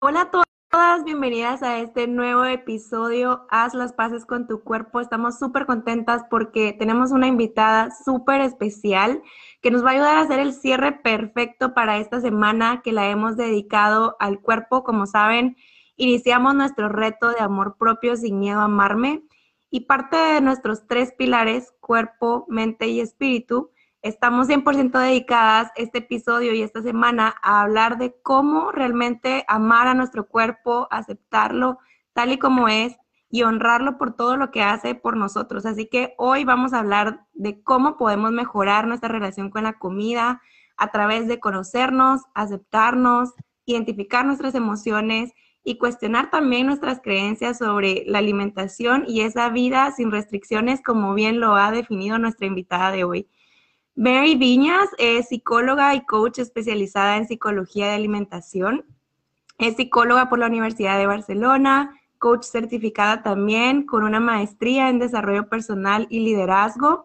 Hola a todas, bienvenidas a este nuevo episodio Haz las paces con tu cuerpo. Estamos súper contentas porque tenemos una invitada súper especial que nos va a ayudar a hacer el cierre perfecto para esta semana que la hemos dedicado al cuerpo. Como saben, iniciamos nuestro reto de amor propio sin miedo a amarme y parte de nuestros tres pilares, cuerpo, mente y espíritu. Estamos 100% dedicadas este episodio y esta semana a hablar de cómo realmente amar a nuestro cuerpo, aceptarlo tal y como es y honrarlo por todo lo que hace por nosotros. Así que hoy vamos a hablar de cómo podemos mejorar nuestra relación con la comida a través de conocernos, aceptarnos, identificar nuestras emociones y cuestionar también nuestras creencias sobre la alimentación y esa vida sin restricciones, como bien lo ha definido nuestra invitada de hoy. Mary Viñas es psicóloga y coach especializada en psicología de alimentación. Es psicóloga por la Universidad de Barcelona, coach certificada también con una maestría en desarrollo personal y liderazgo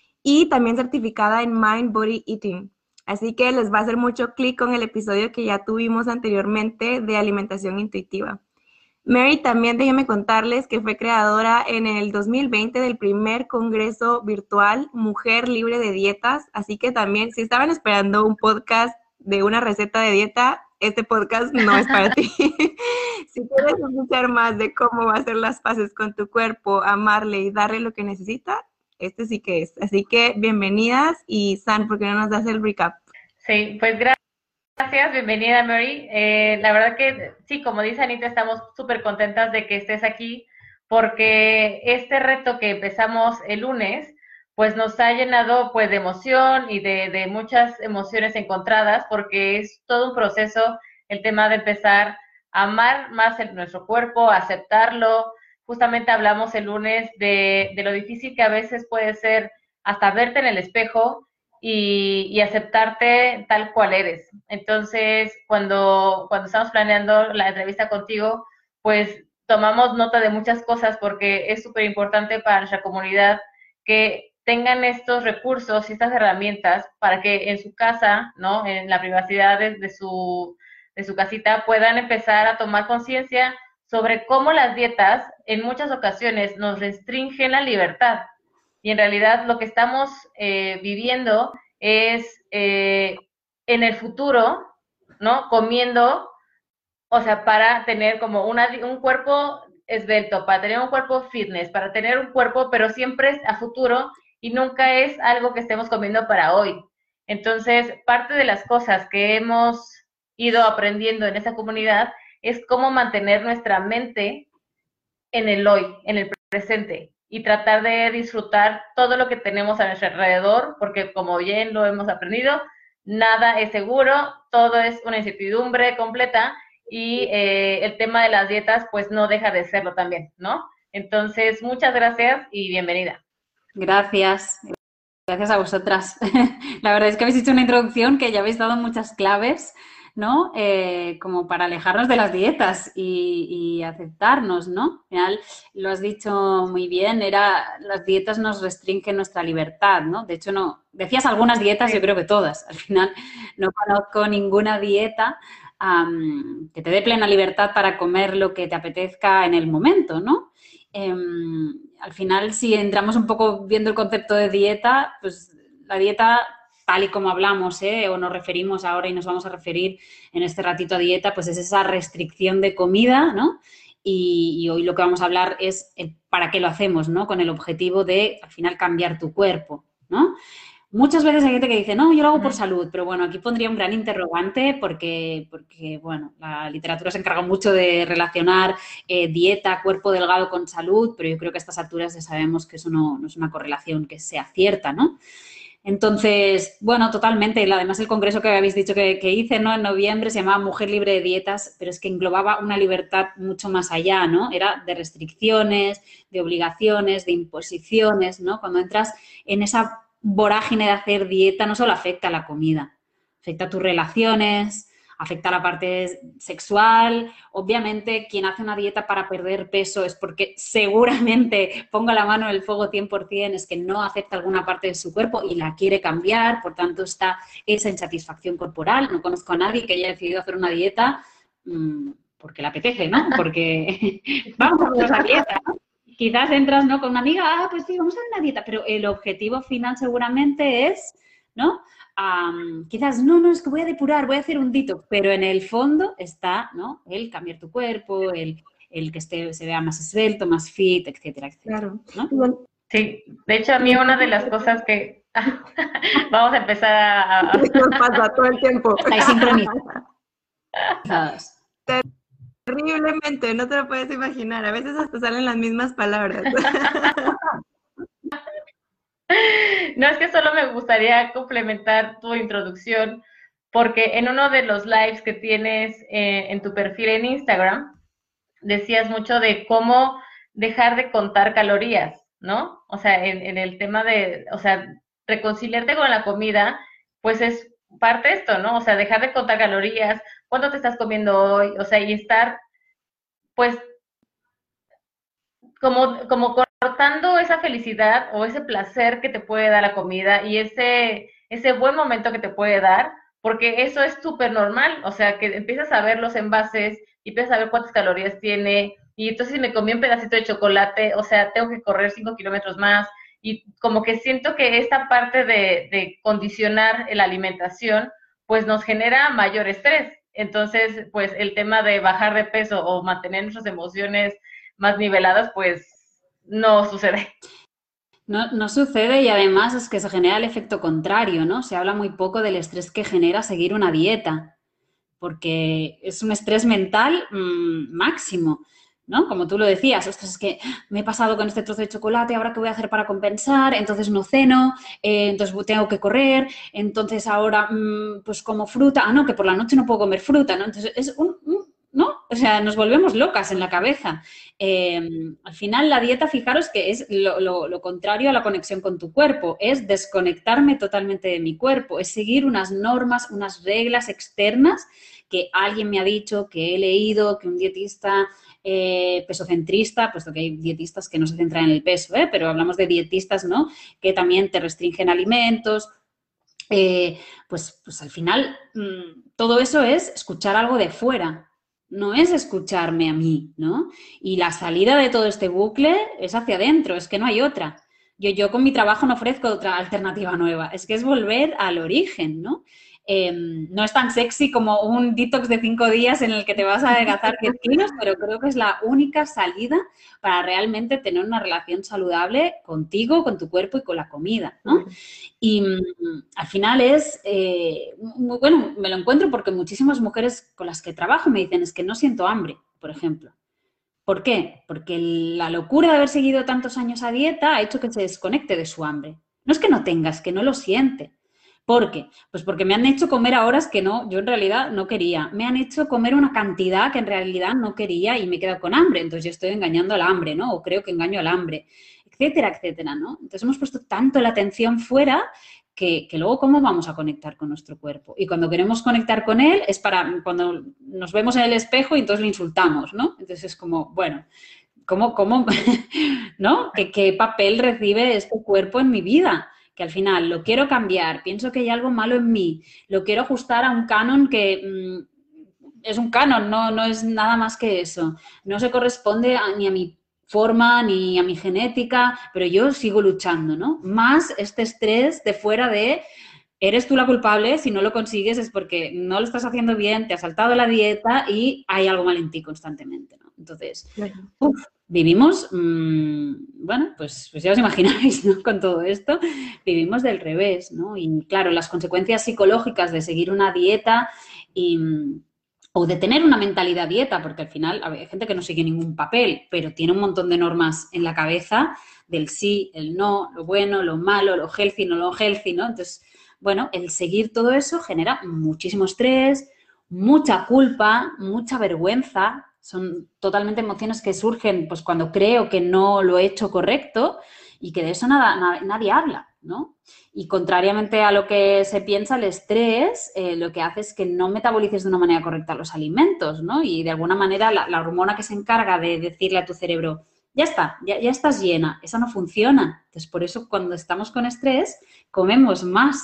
y también certificada en Mind Body Eating. Así que les va a hacer mucho clic con el episodio que ya tuvimos anteriormente de alimentación intuitiva. Mary, también déjenme contarles que fue creadora en el 2020 del primer congreso virtual Mujer Libre de Dietas, así que también si estaban esperando un podcast de una receta de dieta, este podcast no es para ti. Si quieres escuchar más de cómo hacer las paces con tu cuerpo, amarle y darle lo que necesita, este sí que es. Así que bienvenidas y San, ¿por qué no nos das el recap? Sí, pues gracias, bienvenida Mary. La verdad que sí, como dice Anita, estamos súper contentas de que estés aquí porque este reto que empezamos el lunes, pues nos ha llenado pues de emoción y de muchas emociones encontradas porque es todo un proceso el tema de empezar a amar más nuestro cuerpo, aceptarlo. Justamente hablamos el lunes de lo difícil que a veces puede ser hasta verte en el espejo y aceptarte tal cual eres. Entonces, cuando estamos planeando la entrevista contigo, pues tomamos nota de muchas cosas porque es súper importante para nuestra comunidad que tengan estos recursos y estas herramientas para que en su casa, ¿no? En la privacidad de su casita, puedan empezar a tomar conciencia sobre cómo las dietas en muchas ocasiones nos restringen la libertad, y en realidad lo que estamos viviendo es en el futuro, ¿no? Comiendo, o sea, para tener como un cuerpo esbelto, para tener un cuerpo fitness, para tener un cuerpo, pero siempre es a futuro y nunca es algo que estemos comiendo para hoy. Entonces, parte de las cosas que hemos ido aprendiendo en esa comunidad es cómo mantener nuestra mente en el hoy, en el presente, y tratar de disfrutar todo lo que tenemos a nuestro alrededor, porque como bien lo hemos aprendido, nada es seguro, todo es una incertidumbre completa y el tema de las dietas pues no deja de serlo también, ¿no? Entonces, muchas gracias y bienvenida. Gracias, gracias a vosotras. La verdad es que habéis hecho una introducción que ya habéis dado muchas claves, ¿no? Como para alejarnos de las dietas y aceptarnos, ¿no? Al final, lo has dicho muy bien, las dietas nos restringen nuestra libertad, ¿no? De hecho, no, decías algunas dietas, yo Sí. creo que todas. Al final, no conozco ninguna dieta que te dé plena libertad para comer lo que te apetezca en el momento, ¿no? Al final, si entramos un poco viendo el concepto de dieta, pues la dieta, tal y como hablamos, o nos referimos ahora y nos vamos a referir en este ratito a dieta, pues es esa restricción de comida, ¿no? Y hoy lo que vamos a hablar es el para qué lo hacemos, ¿no? Con el objetivo de, al final, cambiar tu cuerpo, ¿no? Muchas veces hay gente que dice, no, yo lo hago por Uh-huh. salud, pero bueno, aquí pondría un gran interrogante porque bueno, la literatura se encarga mucho de relacionar dieta, cuerpo delgado con salud, pero yo creo que a estas alturas ya sabemos que eso no es una correlación que sea cierta, ¿no? Entonces, bueno, totalmente. Además, el congreso que habéis dicho que hice, ¿no? En noviembre se llamaba Mujer Libre de Dietas, pero es que englobaba una libertad mucho más allá, ¿no? Era de restricciones, de obligaciones, de imposiciones, ¿no? Cuando entras en esa vorágine de hacer dieta, no solo afecta a la comida, afecta a tus relaciones, afecta a la parte sexual. Obviamente, quien hace una dieta para perder peso es porque seguramente, pongo la mano en el fuego 100%, es que no acepta alguna parte de su cuerpo y la quiere cambiar, por tanto está esa insatisfacción corporal. No conozco a nadie que haya decidido hacer una dieta porque le apetece, ¿no? Porque vamos a hacer esa dieta, ¿no? Quizás entras, ¿no? Con una amiga, pues sí, vamos a hacer una dieta, pero el objetivo final seguramente es, ¿no? Quizás, no, es que voy a depurar, voy a hacer un detox, pero en el fondo está, ¿no? El cambiar tu cuerpo, el que se vea más esbelto, más fit, etcétera, etcétera. Claro. ¿No? Sí, de hecho a mí una de las cosas que vamos a empezar a... Nos pasa todo el tiempo. Estáis sincronizados. Terriblemente, no te lo puedes imaginar. A veces hasta salen las mismas palabras. No, es que solo me gustaría complementar tu introducción, porque en uno de los lives que tienes en tu perfil en Instagram, decías mucho de cómo dejar de contar calorías, ¿no? O sea, en el tema de, o sea, reconciliarte con la comida, pues es parte de esto, ¿no? O sea, dejar de contar calorías, cuánto te estás comiendo hoy, o sea, y estar, pues, como cortando esa felicidad o ese placer que te puede dar la comida y ese buen momento que te puede dar, porque eso es súper normal, o sea, que empiezas a ver los envases y empiezas a ver cuántas calorías tiene, y entonces si me comí un pedacito de chocolate, o sea, tengo que correr 5 kilómetros más, y como que siento que esta parte de condicionar la alimentación, pues nos genera mayor estrés. Entonces, pues el tema de bajar de peso o mantener nuestras emociones más niveladas, pues no sucede. No sucede y además es que se genera el efecto contrario, ¿no? Se habla muy poco del estrés que genera seguir una dieta, porque es un estrés mental máximo, ¿no? Como tú lo decías, ostras, es que me he pasado con este trozo de chocolate, ¿ahora qué voy a hacer para compensar? Entonces no ceno, entonces tengo que correr, entonces ahora pues como fruta, no, que por la noche no puedo comer fruta, ¿no? Entonces es ¿no? O sea, nos volvemos locas en la cabeza. Al final la dieta, fijaros que es lo contrario a la conexión con tu cuerpo, es desconectarme totalmente de mi cuerpo, es seguir unas normas, unas reglas externas que alguien me ha dicho, que he leído, que un dietista pesocentrista, puesto que hay dietistas que no se centran en el peso, pero hablamos de dietistas, ¿no? Que también te restringen alimentos. Pues al final todo eso es escuchar algo de fuera, no es escucharme a mí, ¿no? Y la salida de todo este bucle es hacia adentro, es que no hay otra. Yo con mi trabajo no ofrezco otra alternativa nueva, es que es volver al origen, ¿no? No es tan sexy como un detox de 5 días en el que te vas a adelgazar 10 kilos, pero creo que es la única salida para realmente tener una relación saludable contigo, con tu cuerpo y con la comida, ¿no? Y al final es, bueno, me lo encuentro porque muchísimas mujeres con las que trabajo me dicen es que no siento hambre, por ejemplo. ¿Por qué? Porque la locura de haber seguido tantos años a dieta ha hecho que se desconecte de su hambre. No es que no tengas, que no lo siente. ¿Por qué? Pues porque me han hecho comer a horas que no, yo en realidad no quería. Me han hecho comer una cantidad que en realidad no quería y me he quedado con hambre. Entonces yo estoy engañando al hambre, ¿no? O creo que engaño al hambre, etcétera, etcétera, ¿no? Entonces hemos puesto tanto la atención fuera que luego cómo vamos a conectar con nuestro cuerpo. Y cuando queremos conectar con él es para cuando nos vemos en el espejo y entonces le insultamos, ¿no? Entonces es como, bueno, ¿cómo ¿no? ¿Qué papel recibe este cuerpo en mi vida? Que al final lo quiero cambiar, pienso que hay algo malo en mí, lo quiero ajustar a un canon que es un canon, no es nada más que eso. No se corresponde ni a mi forma ni a mi genética, pero yo sigo luchando, ¿no? Más este estrés de fuera de eres tú la culpable, si no lo consigues es porque no lo estás haciendo bien, te has saltado la dieta y hay algo mal en ti constantemente, ¿no? Entonces, vivimos, bueno, pues ya os imagináis, ¿no? Con todo esto, vivimos del revés, ¿no? Y claro, las consecuencias psicológicas de seguir una dieta o de tener una mentalidad dieta, porque al final hay gente que no sigue ningún papel, pero tiene un montón de normas en la cabeza del sí, el no, lo bueno, lo malo, lo healthy, no lo healthy, ¿no? Entonces, bueno, el seguir todo eso genera muchísimo estrés, mucha culpa, mucha vergüenza. Son totalmente emociones que surgen pues cuando creo que no lo he hecho correcto y que de eso nadie habla, ¿no? Y contrariamente a lo que se piensa, el estrés lo que hace es que no metabolices de una manera correcta los alimentos, ¿no? Y de alguna manera la hormona que se encarga de decirle a tu cerebro, ya está, ya estás llena, esa no funciona. Entonces, por eso cuando estamos con estrés, comemos más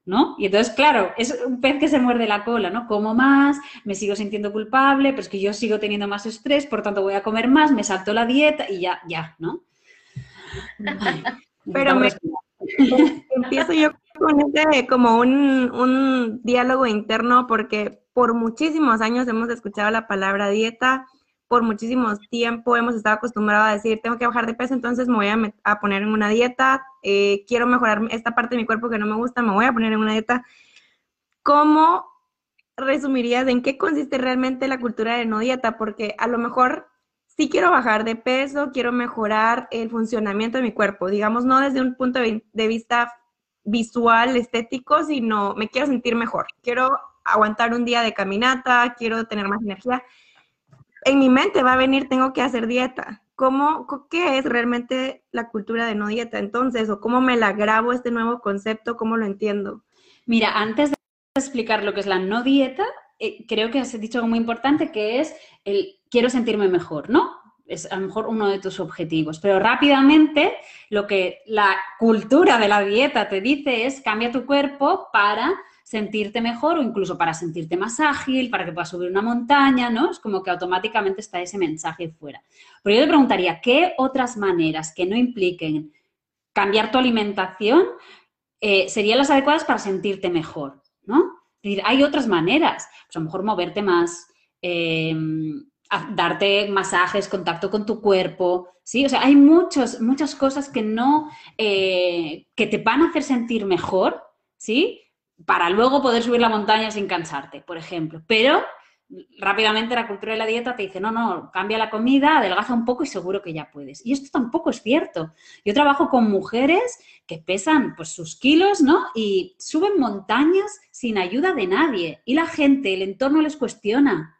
¿no? Y entonces, claro, es un pez que se muerde la cola, ¿no? Como más, me sigo sintiendo culpable, pero es que yo sigo teniendo más estrés, por tanto voy a comer más, me salto la dieta y ya, ¿no? Ay, Pero empiezo yo con ese como un diálogo interno porque por muchísimos años hemos escuchado la palabra dieta, por muchísimo tiempo hemos estado acostumbrados a decir, tengo que bajar de peso, entonces me voy a poner en una dieta, quiero mejorar esta parte de mi cuerpo que no me gusta, me voy a poner en una dieta. ¿Cómo resumirías en qué consiste realmente la cultura de no dieta? Porque a lo mejor sí quiero bajar de peso, quiero mejorar el funcionamiento de mi cuerpo, digamos, no desde un punto de vista visual, estético, sino me quiero sentir mejor, quiero aguantar un día de caminata, quiero tener más energía. En mi mente va a venir, tengo que hacer dieta. ¿Qué es realmente la cultura de no dieta entonces? ¿O cómo me la grabo este nuevo concepto? ¿Cómo lo entiendo? Mira, antes de explicar lo que es la no dieta, creo que has dicho algo muy importante, que es el quiero sentirme mejor, ¿no? Es a lo mejor uno de tus objetivos. Pero rápidamente lo que la cultura de la dieta te dice es cambia tu cuerpo para sentirte mejor o incluso para sentirte más ágil, para que puedas subir una montaña, ¿no? Es como que automáticamente está ese mensaje fuera. Pero yo te preguntaría, ¿qué otras maneras que no impliquen cambiar tu alimentación serían las adecuadas para sentirte mejor, ¿no? Es decir, hay otras maneras, pues a lo mejor moverte más, darte masajes, contacto con tu cuerpo, ¿sí? O sea, hay muchas cosas que no, que te van a hacer sentir mejor, ¿sí? Para luego poder subir la montaña sin cansarte, por ejemplo. Pero rápidamente la cultura de la dieta te dice, no, cambia la comida, adelgaza un poco y seguro que ya puedes. Y esto tampoco es cierto. Yo trabajo con mujeres que pesan pues sus kilos, ¿no? Y suben montañas sin ayuda de nadie. Y la gente, el entorno les cuestiona,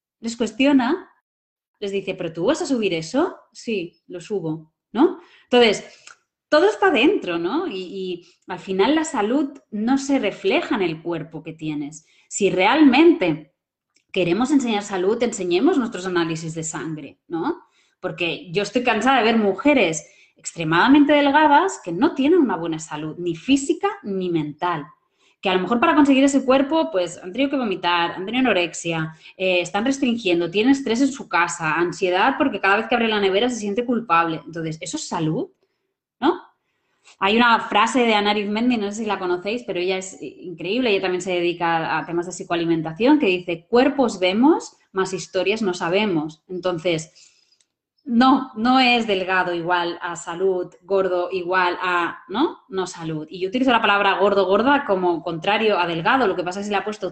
les dice, ¿pero tú vas a subir eso? Sí, lo subo, ¿no? Entonces, todo está dentro, ¿no? Y al final la salud no se refleja en el cuerpo que tienes. Si realmente queremos enseñar salud, enseñemos nuestros análisis de sangre, ¿no? Porque yo estoy cansada de ver mujeres extremadamente delgadas que no tienen una buena salud, ni física ni mental. Que a lo mejor para conseguir ese cuerpo, pues han tenido que vomitar, han tenido anorexia, están restringiendo, tienen estrés en su casa, ansiedad porque cada vez que abre la nevera se siente culpable. Entonces, ¿eso es salud? ¿No? Hay una frase de Ana Arizmendi, no sé si la conocéis, pero ella es increíble, ella también se dedica a temas de psicoalimentación, que dice, cuerpos vemos, más historias no sabemos. Entonces, no es delgado igual a salud, gordo igual a, no salud. Y yo utilizo la palabra gordo, gorda como contrario a delgado, lo que pasa es que le ha puesto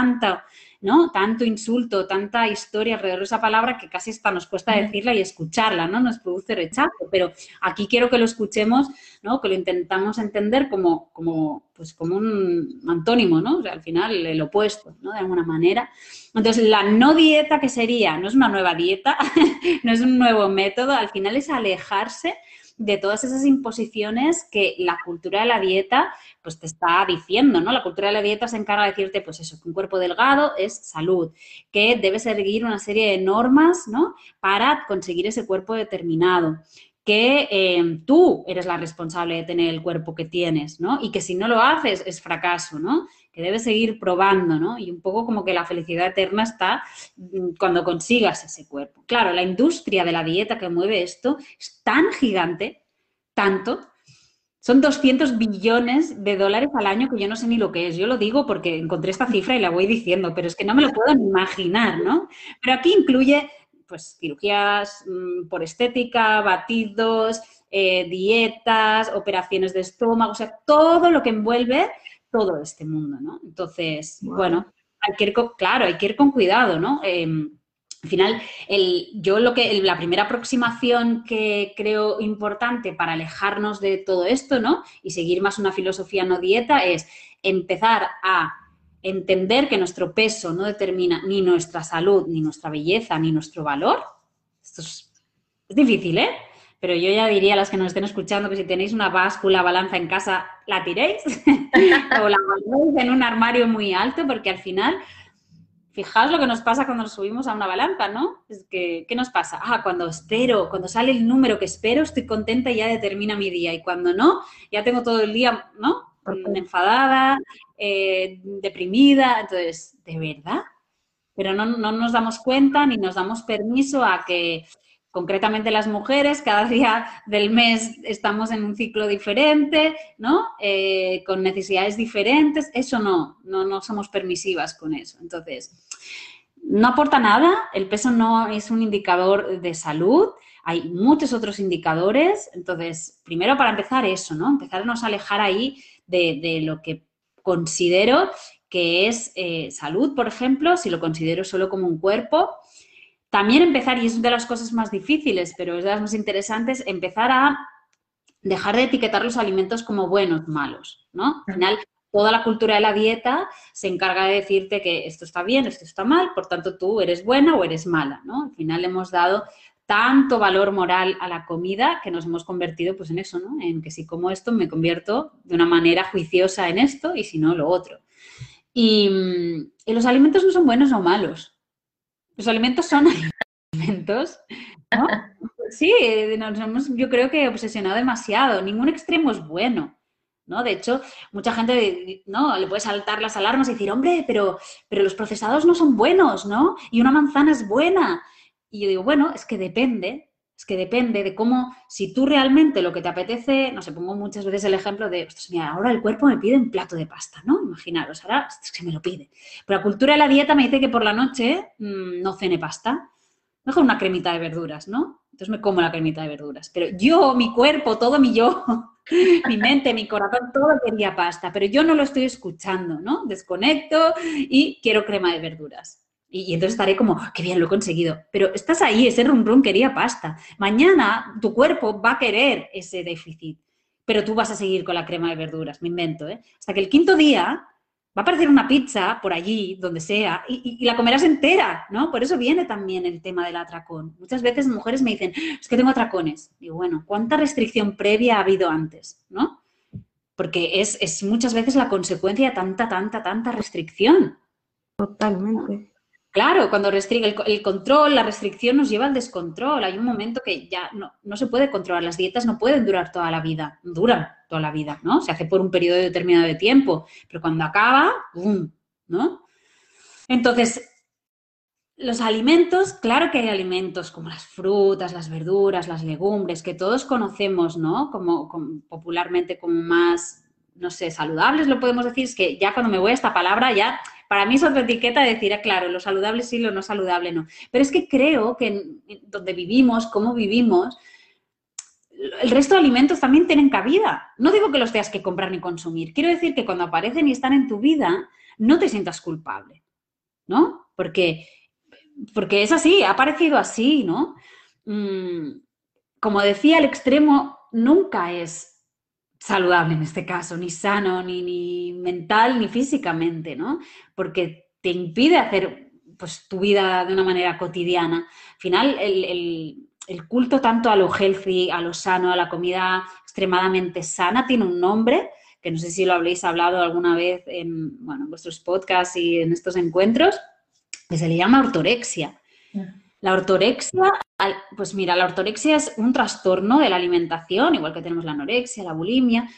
tanto insulto, tanta historia alrededor de esa palabra que casi hasta nos cuesta decirla y escucharla, ¿no? Nos produce rechazo, pero aquí quiero que lo escuchemos, ¿no? Que lo intentamos entender como un antónimo, ¿no? O sea, al final el opuesto, ¿no? De alguna manera. Entonces, la no dieta, ¿qué sería? No es una nueva dieta, no es un nuevo método, al final es alejarse de todas esas imposiciones que la cultura de la dieta pues te está diciendo, ¿no? La cultura de la dieta se encarga de decirte, pues eso, que un cuerpo delgado es salud, que debes seguir una serie de normas, ¿no? Para conseguir ese cuerpo determinado, que tú eres la responsable de tener el cuerpo que tienes, ¿no? Y que si no lo haces es fracaso, ¿no? Que debes seguir probando, ¿no? Y un poco como que la felicidad eterna está cuando consigas ese cuerpo. Claro, la industria de la dieta que mueve esto es tan gigante, tanto, son 200 billones de dólares al año que yo no sé ni lo que es. Yo lo digo porque encontré esta cifra y la voy diciendo, pero es que no me lo puedo ni imaginar, ¿no? Pero aquí incluye pues cirugías por estética, batidos, dietas, operaciones de estómago, o sea, todo lo que envuelve todo este mundo, ¿no? Entonces, bueno, hay que ir con cuidado, ¿no? Al final, la primera aproximación que creo importante para alejarnos de todo esto, ¿no? Y seguir más una filosofía no dieta es empezar a entender que nuestro peso no determina ni nuestra salud, ni nuestra belleza, ni nuestro valor. Esto es difícil, ¿eh? Pero yo ya diría a las que nos estén escuchando que si tenéis una báscula, balanza en casa, la tiréis o la guardéis en un armario muy alto porque al final, fijaos lo que nos pasa cuando nos subimos a una balanza, ¿no? Es que, ¿qué nos pasa? Cuando sale el número que espero, estoy contenta y ya determina mi día y cuando no, ya tengo todo el día, ¿no? enfadada, deprimida. Entonces, ¿de verdad? Pero no nos damos cuenta ni nos damos permiso a que, concretamente las mujeres, cada día del mes estamos en un ciclo diferente, ¿no? Con necesidades diferentes. Eso no somos permisivas con eso. Entonces, no aporta nada. El peso no es un indicador de salud. Hay muchos otros indicadores. Entonces, primero para empezar eso, ¿no? Empezarnos a alejar ahí de lo que considero que es salud, por ejemplo, si lo considero solo como un cuerpo. También empezar, y es de las cosas más difíciles, pero es de las más interesantes, empezar a dejar de etiquetar los alimentos como buenos, malos, ¿no? Al final, toda la cultura de la dieta se encarga de decirte que esto está bien, esto está mal, por tanto tú eres buena o eres mala, ¿no? Al final hemos dado tanto valor moral a la comida que nos hemos convertido pues en eso, ¿no? En que si como esto me convierto de una manera juiciosa en esto y si no, lo otro. Y los alimentos no son buenos o malos. Los alimentos son alimentos, ¿no? Sí, nos hemos, yo creo que obsesionado demasiado. Ningún extremo es bueno, ¿no? De hecho, mucha gente, ¿no? Le puede saltar las alarmas y decir, hombre, pero los procesados no son buenos, ¿no? Y una manzana es buena. Y yo digo, bueno, es que depende de cómo, si tú realmente lo que te apetece, no sé, pongo muchas veces el ejemplo de, ostras, mira, ahora el cuerpo me pide un plato de pasta, ¿no? Imaginaros, ahora es que me lo pide. Pero la cultura de la dieta me dice que por la noche no cene pasta, mejor una cremita de verduras, ¿no? Entonces me como la cremita de verduras. Pero yo, mi cuerpo, todo mi yo, mi mente, mi corazón, todo quería pasta, pero yo no lo estoy escuchando, ¿no? Desconecto y quiero crema de verduras. Y entonces estaré como, qué bien, lo he conseguido. Pero estás ahí, ese rum rum quería pasta. Mañana tu cuerpo va a querer ese déficit, pero tú vas a seguir con la crema de verduras, me invento, ¿eh? Hasta que el quinto día va a aparecer una pizza por allí, donde sea, y la comerás entera, ¿no? Por eso viene también el tema del atracón. Muchas veces mujeres me dicen, es que tengo atracones. Digo, bueno, ¿cuánta restricción previa ha habido antes, no? Porque es muchas veces la consecuencia de tanta restricción. Totalmente. Claro, cuando restringe el control, la restricción nos lleva al descontrol. Hay un momento que ya no se puede controlar. Las dietas no pueden durar toda la vida. Duran toda la vida, ¿no? Se hace por un periodo determinado de tiempo. Pero cuando acaba, ¡pum!, ¿no? Entonces, los alimentos, claro que hay alimentos como las frutas, las verduras, las legumbres, que todos conocemos, ¿no? Como popularmente como más, no sé, saludables, lo podemos decir. Es que ya cuando me voy a esta palabra ya... Para mí es otra etiqueta de decir, claro, lo saludable sí, lo no saludable no. Pero es que creo que en donde vivimos, cómo vivimos, el resto de alimentos también tienen cabida. No digo que los tengas que comprar ni consumir. Quiero decir que cuando aparecen y están en tu vida, no te sientas culpable, ¿no? Porque es así, ha aparecido así, ¿no? Como decía, el extremo nunca es saludable en este caso, ni sano, ni mental, ni físicamente, ¿no? Porque te impide hacer pues, tu vida de una manera cotidiana. Al final, el culto tanto a lo healthy, a lo sano, a la comida extremadamente sana, tiene un nombre, que no sé si lo habréis hablado alguna vez en vuestros podcasts y en estos encuentros, que se le llama ortorexia. La ortorexia, pues mira, la ortorexia es un trastorno de la alimentación, igual que tenemos la anorexia, la bulimia,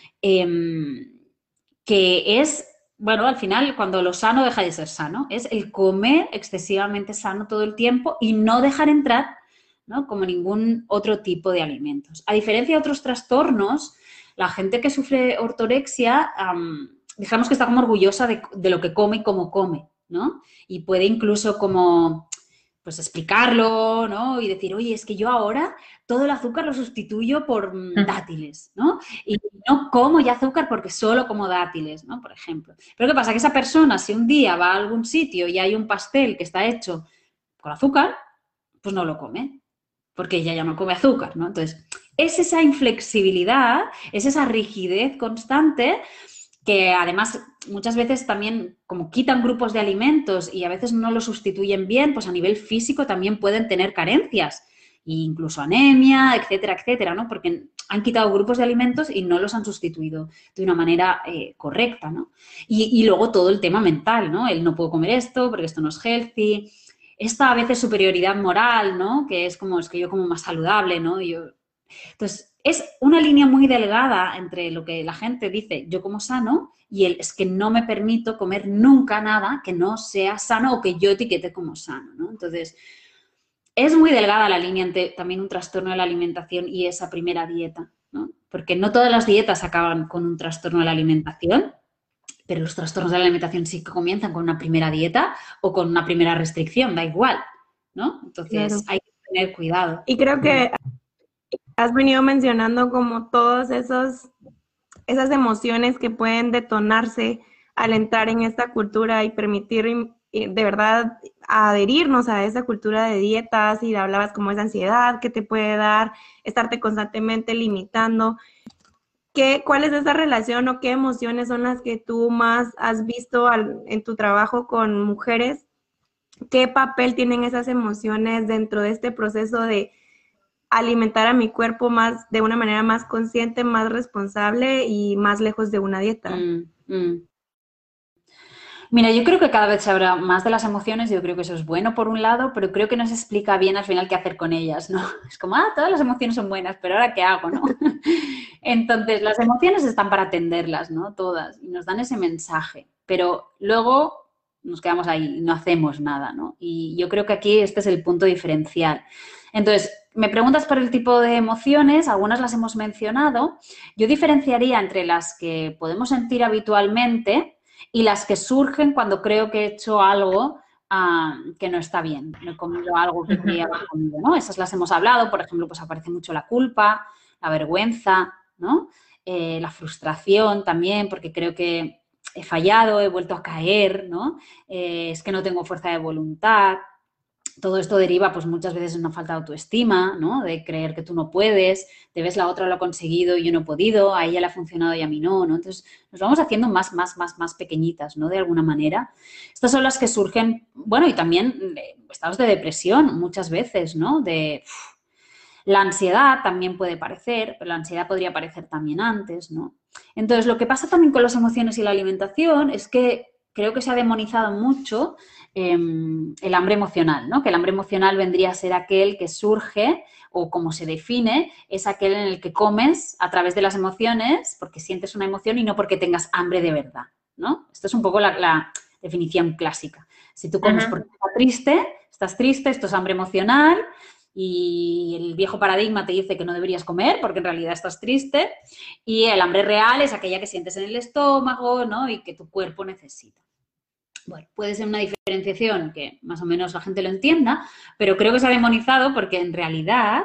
que es, bueno, al final cuando lo sano deja de ser sano, es el comer excesivamente sano todo el tiempo y no dejar entrar, ¿no?, como ningún otro tipo de alimentos. A diferencia de otros trastornos, la gente que sufre ortorexia, digamos que está como orgullosa de lo que come y cómo come, ¿no? Y puede incluso como... pues explicarlo, ¿no? Y decir, oye, es que yo ahora todo el azúcar lo sustituyo por dátiles, ¿no? Y no como ya azúcar porque solo como dátiles, ¿no? Por ejemplo. Pero ¿qué pasa? Que esa persona, si un día va a algún sitio y hay un pastel que está hecho con azúcar, pues no lo come, porque ella ya no come azúcar, ¿no? Entonces, es esa inflexibilidad, es esa rigidez constante que además muchas veces también como quitan grupos de alimentos y a veces no lo sustituyen bien, pues a nivel físico también pueden tener carencias, e incluso anemia, etcétera, etcétera, ¿no? Porque han quitado grupos de alimentos y no los han sustituido de una manera correcta, ¿no? Y luego todo el tema mental, ¿no? El no puedo comer esto porque esto no es healthy. Esta a veces superioridad moral, ¿no? Que es como, es que yo como más saludable, ¿no? Entonces, es una línea muy delgada entre lo que la gente dice, yo como sano, y el es que no me permito comer nunca nada que no sea sano o que yo etiquete como sano, ¿no? Entonces, es muy delgada la línea entre también un trastorno de la alimentación y esa primera dieta, ¿no? Porque no todas las dietas acaban con un trastorno de la alimentación, pero los trastornos de la alimentación sí que comienzan con una primera dieta o con una primera restricción, da igual, ¿no? Entonces, Claro. hay que tener cuidado. Y creo que has venido mencionando como todos esas emociones que pueden detonarse al entrar en esta cultura y permitir de verdad adherirnos a esa cultura de dietas, y hablabas como esa ansiedad que te puede dar, estarte constantemente limitando. ¿Cuál es esa relación o qué emociones son las que tú más has visto en tu trabajo con mujeres? ¿Qué papel tienen esas emociones dentro de este proceso de alimentar a mi cuerpo más de una manera más consciente, más responsable y más lejos de una dieta? Mira, yo creo que cada vez se habla más de las emociones, yo creo que eso es bueno por un lado, pero creo que no se explica bien al final qué hacer con ellas, ¿no? Es como, todas las emociones son buenas, pero ahora ¿qué hago, no? Entonces, las emociones están para atenderlas, ¿no? Todas, y nos dan ese mensaje, pero luego nos quedamos ahí y no hacemos nada, ¿no? Y yo creo que aquí este es el punto diferencial. Entonces, me preguntas por el tipo de emociones, algunas las hemos mencionado. Yo diferenciaría entre las que podemos sentir habitualmente y las que surgen cuando creo que he hecho algo que no está bien, no he comido algo que quería haber comido, ¿no? Esas las hemos hablado, por ejemplo, pues aparece mucho la culpa, la vergüenza, ¿no? La frustración también, porque creo que he fallado, he vuelto a caer, ¿no? Es que no tengo fuerza de voluntad. Todo esto deriva, pues muchas veces de una falta de autoestima, ¿no? De creer que tú no puedes, te ves la otra lo ha conseguido y yo no he podido, a ella le ha funcionado y a mí no, ¿no? Entonces nos vamos haciendo más pequeñitas, ¿no? De alguna manera. Estas son las que surgen, bueno, y también estados de depresión muchas veces, ¿no? La ansiedad también puede aparecer, pero la ansiedad podría aparecer también antes, ¿no? Entonces, lo que pasa también con las emociones y la alimentación es que creo que se ha demonizado mucho el hambre emocional, ¿no? Que el hambre emocional vendría a ser aquel que surge o como se define, es aquel en el que comes a través de las emociones porque sientes una emoción y no porque tengas hambre de verdad, ¿no? Esto es un poco la definición clásica. Si tú comes porque estás triste, esto es hambre emocional y el viejo paradigma te dice que no deberías comer porque en realidad estás triste y el hambre real es aquella que sientes en el estómago, ¿no? Y que tu cuerpo necesita. Bueno, puede ser una diferenciación que más o menos la gente lo entienda, pero creo que se ha demonizado porque en realidad,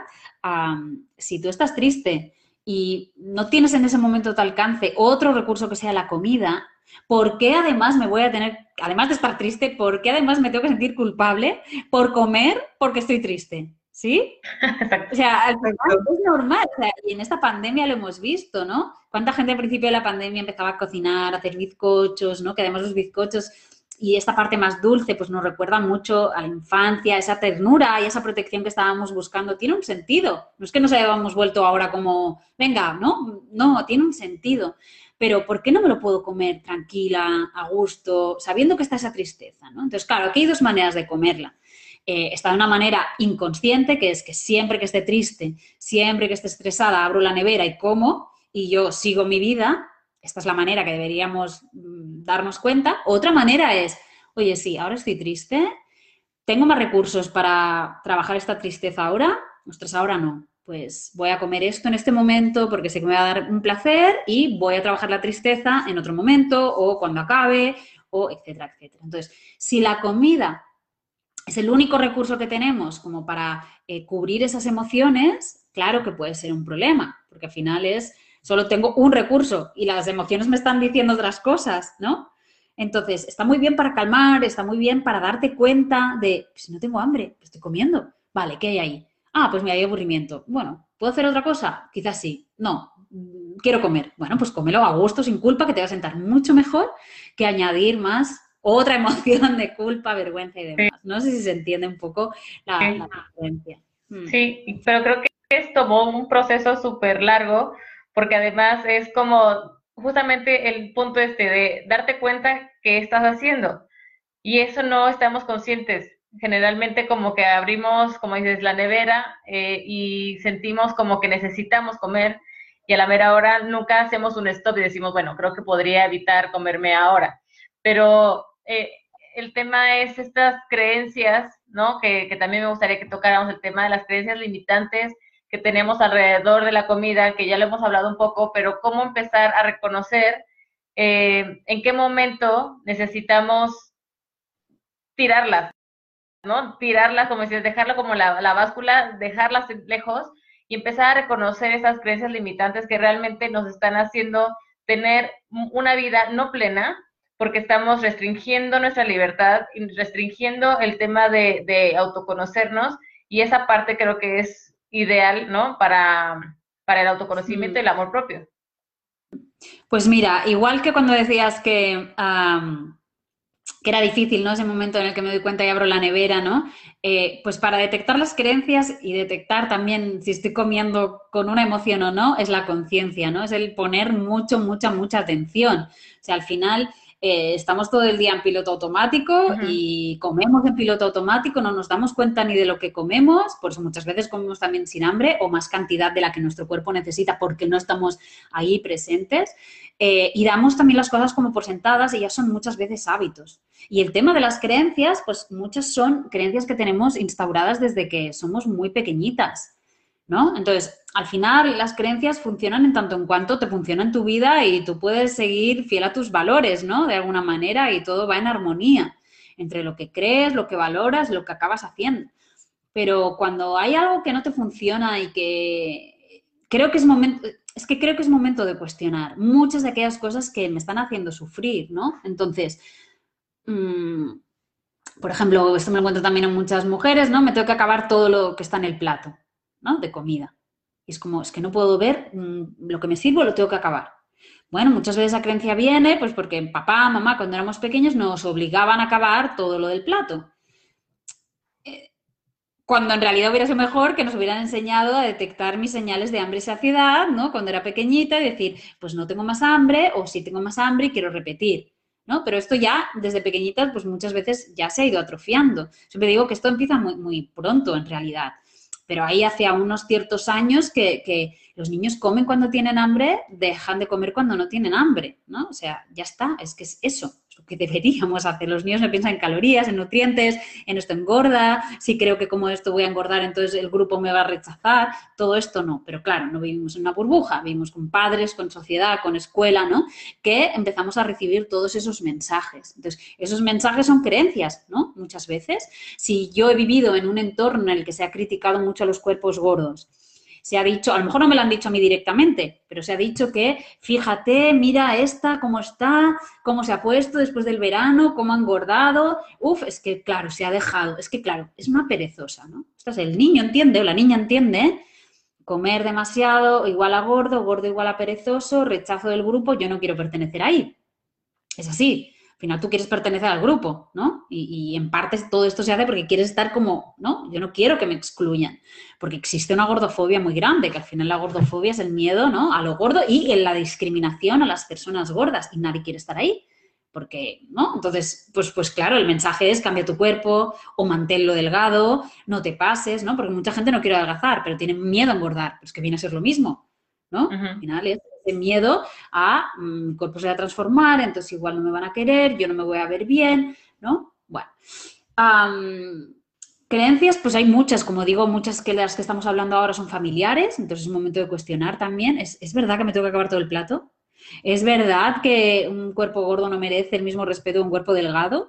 si tú estás triste y no tienes en ese momento a tu alcance otro recurso que sea la comida, ¿por qué además me voy a tener, además de estar triste, por qué además me tengo que sentir culpable por comer porque estoy triste? ¿Sí? O sea, al final es normal, o sea, y en esta pandemia lo hemos visto, ¿no? ¿Cuánta gente al principio de la pandemia empezaba a cocinar, a hacer bizcochos, ¿no? Que además los bizcochos y esta parte más dulce, pues nos recuerda mucho a la infancia, esa ternura y esa protección que estábamos buscando. Tiene un sentido. No es que nos hayamos vuelto ahora como, venga, ¿no? No, tiene un sentido. Pero ¿por qué no me lo puedo comer tranquila, a gusto, sabiendo que está esa tristeza, ¿no? Entonces, claro, aquí hay dos maneras de comerla. Está de una manera inconsciente, que es que siempre que esté triste, siempre que esté estresada, abro la nevera y como y yo sigo mi vida. Esta es la manera que deberíamos darnos cuenta. Otra manera es, oye, sí, ahora estoy triste, tengo más recursos para trabajar esta tristeza ahora, ostras, ahora no. Pues voy a comer esto en este momento porque sé que me va a dar un placer y voy a trabajar la tristeza en otro momento o cuando acabe o etcétera, etcétera. Entonces, si la comida es el único recurso que tenemos como para cubrir esas emociones, claro que puede ser un problema, porque al final solo tengo un recurso y las emociones me están diciendo otras cosas, ¿no? Entonces, está muy bien para calmar, está muy bien para darte cuenta de, si no tengo hambre, estoy comiendo. Vale, ¿qué hay ahí? Pues mira, hay aburrimiento. Bueno, ¿puedo hacer otra cosa? Quizás sí. No, quiero comer. Bueno, pues cómelo a gusto, sin culpa, que te va a sentar mucho mejor que añadir más otra emoción de culpa, vergüenza y demás. No sé si se entiende un poco la diferencia. Sí, pero creo que tomó un proceso súper largo, porque además es como justamente el punto de darte cuenta qué estás haciendo. Y eso no estamos conscientes. generalmente como que abrimos, como dices, la nevera y sentimos como que necesitamos comer y a la mera hora nunca hacemos un stop y decimos, bueno, creo que podría evitar comerme ahora. Pero el tema es estas creencias, ¿no? Que también me gustaría que tocáramos el tema de las creencias limitantes que tenemos alrededor de la comida, que ya lo hemos hablado un poco, pero cómo empezar a reconocer en qué momento necesitamos tirarlas, ¿no? Tirarlas, como decías, dejarlo como la báscula, dejarlas lejos y empezar a reconocer esas creencias limitantes que realmente nos están haciendo tener una vida no plena, porque estamos restringiendo nuestra libertad y restringiendo el tema de autoconocernos, y esa parte creo que es ideal, ¿no? Para el autoconocimiento y el amor propio. Pues mira, igual que cuando decías que era difícil, ¿no? Ese momento en el que me doy cuenta y abro la nevera, ¿no? Pues para detectar las creencias y detectar también si estoy comiendo con una emoción o no, es la conciencia, ¿no? Es el poner mucha atención. O sea, al final estamos todo el día en piloto automático y comemos en piloto automático, no nos damos cuenta ni de lo que comemos, por eso muchas veces comemos también sin hambre o más cantidad de la que nuestro cuerpo necesita porque no estamos ahí presentes. Y damos también las cosas como por sentadas y ya son muchas veces hábitos. Y el tema de las creencias, pues muchas son creencias que tenemos instauradas desde que somos muy pequeñitas, ¿no? Entonces, al final las creencias funcionan en tanto en cuanto te funciona en tu vida y tú puedes seguir fiel a tus valores, ¿no? De alguna manera y todo va en armonía entre lo que crees, lo que valoras, lo que acabas haciendo. Pero cuando hay algo que no te funciona y que creo que es momento de cuestionar muchas de aquellas cosas que me están haciendo sufrir, ¿no? Entonces, por ejemplo, esto me lo encuentro también en muchas mujeres, ¿no? Me tengo que acabar todo lo que está en el plato, ¿no? De comida. Y es como, es que no puedo ver lo que me sirvo, lo tengo que acabar. Bueno, muchas veces esa creencia viene pues porque papá, mamá, cuando éramos pequeños nos obligaban a acabar todo lo del plato. Cuando en realidad hubiera sido mejor que nos hubieran enseñado a detectar mis señales de hambre y saciedad, ¿no? Cuando era pequeñita y decir, pues no tengo más hambre o sí tengo más hambre y quiero repetir, ¿no? Pero esto ya desde pequeñitas pues muchas veces ya se ha ido atrofiando. Siempre digo que esto empieza muy pronto en realidad, pero ahí hace unos ciertos años que los niños comen cuando tienen hambre, dejan de comer cuando no tienen hambre, ¿no? O sea, ya está, es que es eso. Lo que deberíamos hacer. Los niños no piensan en calorías, en nutrientes, en esto engorda, si creo que como esto voy a engordar, entonces el grupo me va a rechazar, todo esto no. Pero claro, no vivimos en una burbuja, vivimos con padres, con sociedad, con escuela, ¿no? Que empezamos a recibir todos esos mensajes. Entonces, esos mensajes son creencias, ¿no? Muchas veces. Si yo he vivido en un entorno en el que se ha criticado mucho a los cuerpos gordos, se ha dicho, a lo mejor no me lo han dicho a mí directamente, pero se ha dicho que, fíjate, mira esta, cómo está, cómo se ha puesto después del verano, cómo ha engordado. Uf, es que, claro, se ha dejado. Es que, claro, es una perezosa, ¿no? Entonces, el niño entiende o la niña entiende comer demasiado igual a gordo, gordo igual a perezoso, rechazo del grupo, yo no quiero pertenecer ahí. Es así. Al final tú quieres pertenecer al grupo, ¿no? Y en parte todo esto se hace porque quieres estar como, ¿no? Yo no quiero que me excluyan, porque existe una gordofobia muy grande, que al final la gordofobia es el miedo, ¿no? A lo gordo y en la discriminación a las personas gordas y nadie quiere estar ahí, porque, ¿no? Entonces, pues claro, el mensaje es cambia tu cuerpo o manténlo delgado, no te pases, ¿no? Porque mucha gente no quiere adelgazar, pero tiene miedo a engordar, pues que viene a ser lo mismo, ¿no? Al final es ese miedo a mi cuerpo se va a transformar, entonces igual no me van a querer, yo no me voy a ver bien, ¿no? Bueno. Creencias, pues hay muchas, como digo, muchas que las que estamos hablando ahora son familiares, entonces es un momento de cuestionar también. ¿Es verdad que me tengo que acabar todo el plato? ¿Es verdad que un cuerpo gordo no merece el mismo respeto que un cuerpo delgado?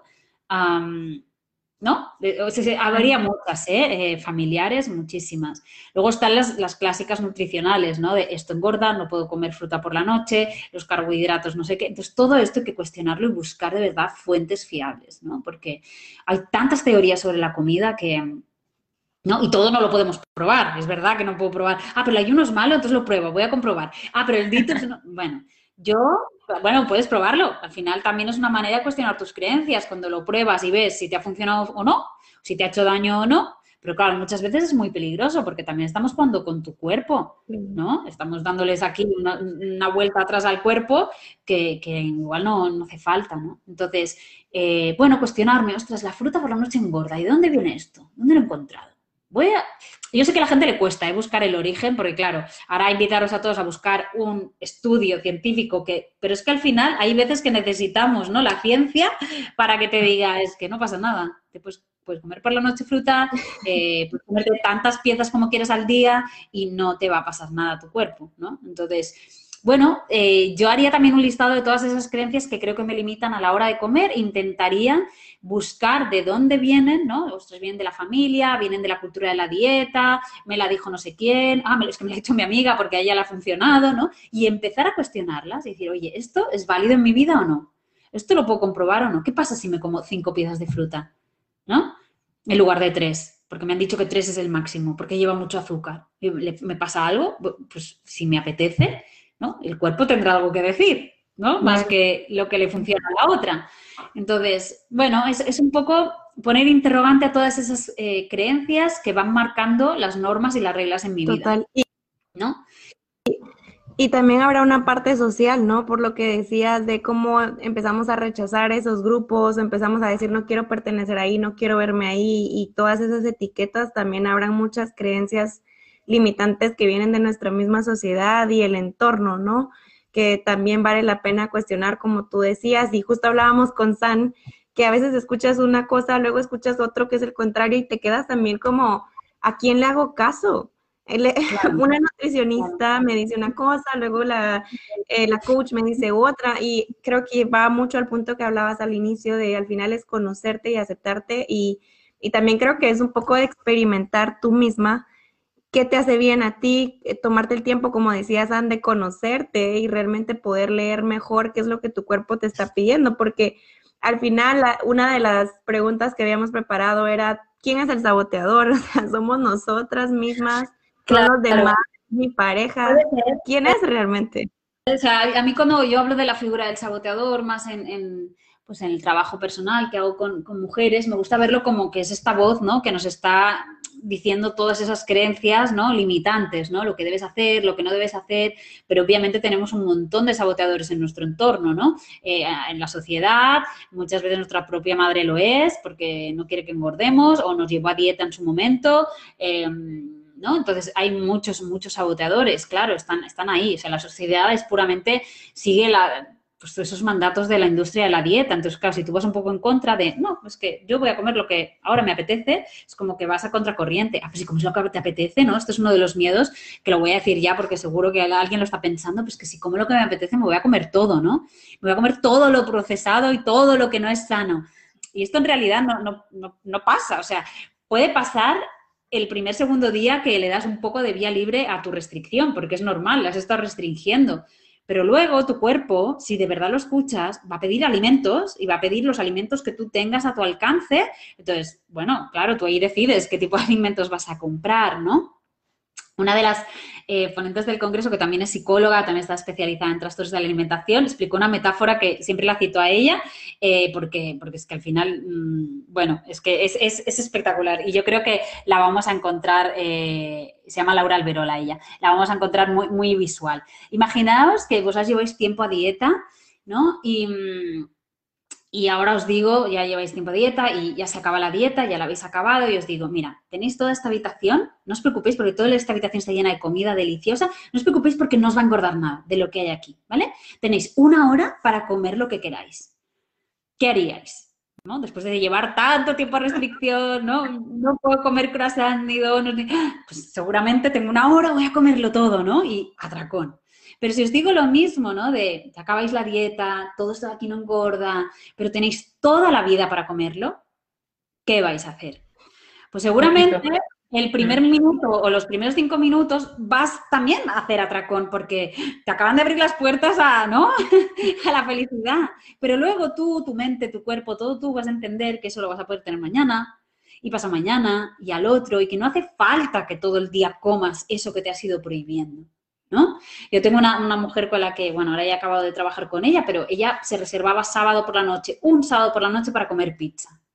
¿No? O sea, habría muchas, familiares, muchísimas. Luego están las clásicas nutricionales, ¿no? De esto engorda, no puedo comer fruta por la noche, los carbohidratos, no sé qué. Entonces, todo esto hay que cuestionarlo y buscar de verdad fuentes fiables, ¿no? Porque hay tantas teorías sobre la comida que, ¿no? Y todo no lo podemos probar. Es verdad que no puedo probar. Ah, pero el ayuno es malo, entonces lo pruebo, voy a comprobar. Ah, pero el detox no. Bueno, puedes probarlo. Al final también es una manera de cuestionar tus creencias. Cuando lo pruebas y ves si te ha funcionado o no, si te ha hecho daño o no, Pero claro, muchas veces es muy peligroso porque también estamos jugando con tu cuerpo, ¿no? Estamos dándoles aquí una vuelta atrás al cuerpo que igual no hace falta, ¿no? Entonces, bueno, cuestionarme, ostras, la fruta por la noche engorda, ¿y de dónde viene esto? ¿Dónde lo he encontrado? Yo sé que a la gente le cuesta buscar el origen, porque claro, ahora invitaros a todos a buscar un estudio científico, pero es que al final hay veces que necesitamos, ¿no?, la ciencia para que te diga, es que no pasa nada, te puedes comer por la noche fruta, puedes comerte tantas piezas como quieras al día y no te va a pasar nada a tu cuerpo, ¿no? Entonces, bueno, yo haría también un listado de todas esas creencias que creo que me limitan a la hora de comer. Intentaría buscar de dónde vienen, ¿no? Ostras, vienen de la familia, vienen de la cultura de la dieta, me la dijo no sé quién, es que me la ha dicho mi amiga porque a ella le ha funcionado, ¿no? Y empezar a cuestionarlas y decir, oye, ¿esto es válido en mi vida o no? ¿Esto lo puedo comprobar o no? ¿Qué pasa si me como 5 piezas de fruta, ¿no? En lugar de 3, porque me han dicho que 3 es el máximo, porque lleva mucho azúcar. ¿Me pasa algo? Pues si me apetece, ¿no? El cuerpo tendrá algo que decir, ¿no? Más que lo que le funciona a la otra. Entonces, bueno, es un poco poner interrogante a todas esas creencias que van marcando las normas y las reglas en mi vida. Total. ¿No? Y también habrá una parte social, ¿no? Por lo que decías de cómo empezamos a rechazar esos grupos, empezamos a decir no quiero pertenecer ahí, no quiero verme ahí, y todas esas etiquetas, también habrán muchas creencias limitantes que vienen de nuestra misma sociedad y el entorno, ¿no? Que también vale la pena cuestionar, como tú decías, y justo hablábamos con San, que a veces escuchas una cosa, luego escuchas otro que es el contrario y te quedas también como, ¿a quién le hago caso? Claro. Una nutricionista me dice una cosa, luego la coach me dice otra, y creo que va mucho al punto que hablabas al inicio de al final es conocerte y aceptarte, y también creo que es un poco de experimentar tú misma qué te hace bien a ti, tomarte el tiempo, como decías, Anne, de conocerte y realmente poder leer mejor qué es lo que tu cuerpo te está pidiendo, porque al final una de las preguntas que habíamos preparado era, ¿quién es el saboteador? O sea, somos nosotras mismas, son los demás, mi pareja, ¿quién es realmente? O sea, a mí cuando yo hablo de la figura del saboteador, más pues en el trabajo personal que hago con mujeres, me gusta verlo como que es esta voz, ¿no?, que nos está diciendo todas esas creencias, ¿no?, limitantes, ¿no?, lo que debes hacer, lo que no debes hacer, pero obviamente tenemos un montón de saboteadores en nuestro entorno, ¿no? En la sociedad, muchas veces nuestra propia madre lo es porque no quiere que engordemos o nos llevó a dieta en su momento, ¿no? Entonces hay muchos saboteadores, claro, están ahí. O sea, la sociedad es puramente, sigue pues esos mandatos de la industria de la dieta. Entonces, claro, si tú vas un poco en contra de, no, es que yo voy a comer lo que ahora me apetece, es como que vas a contracorriente. Pues si comes lo que te apetece, ¿no? Esto es uno de los miedos, que lo voy a decir ya porque seguro que alguien lo está pensando, pues que si como lo que me apetece me voy a comer todo, ¿no? Me voy a comer todo lo procesado y todo lo que no es sano. Y esto en realidad no pasa. O sea, puede pasar el segundo día que le das un poco de vía libre a tu restricción, porque es normal, la has estado restringiendo. Pero luego tu cuerpo, si de verdad lo escuchas, va a pedir alimentos y va a pedir los alimentos que tú tengas a tu alcance. Entonces, bueno, claro, tú ahí decides qué tipo de alimentos vas a comprar, ¿no? Una de las ponentes del Congreso, que también es psicóloga, también está especializada en trastornos de la alimentación, explicó una metáfora que siempre la cito a ella, porque es que al final, bueno, es que es espectacular. Y yo creo que la vamos a encontrar, se llama Laura Alberola ella, la vamos a encontrar muy, muy visual. Imaginaos que vosotros lleváis tiempo a dieta, ¿no? Y ahora os digo, ya lleváis tiempo de dieta y ya se acaba la dieta, ya la habéis acabado y os digo, mira, tenéis toda esta habitación, no os preocupéis porque toda esta habitación está llena de comida deliciosa, no os preocupéis porque no os va a engordar nada de lo que hay aquí, ¿vale? Tenéis 1 hora para comer lo que queráis. ¿Qué haríais? ¿No? Después de llevar tanto tiempo a restricción, no puedo comer croissant ni donuts, pues seguramente tengo 1 hora, voy a comerlo todo, ¿no? Y atracón. Pero si os digo lo mismo, ¿no? De que acabáis la dieta, todo esto de aquí no engorda, pero tenéis toda la vida para comerlo, ¿qué vais a hacer? Pues seguramente el primer minuto o los primeros 5 minutos vas también a hacer atracón porque te acaban de abrir las puertas ¿no? a la felicidad. Pero luego tú, tu mente, tu cuerpo, todo tú vas a entender que eso lo vas a poder tener mañana y pasado mañana y al otro y que no hace falta que todo el día comas eso que te has ido prohibiendo, ¿no? Yo tengo una mujer con la que, bueno, ahora ya he acabado de trabajar con ella, pero ella se reservaba un sábado por la noche para comer pizza.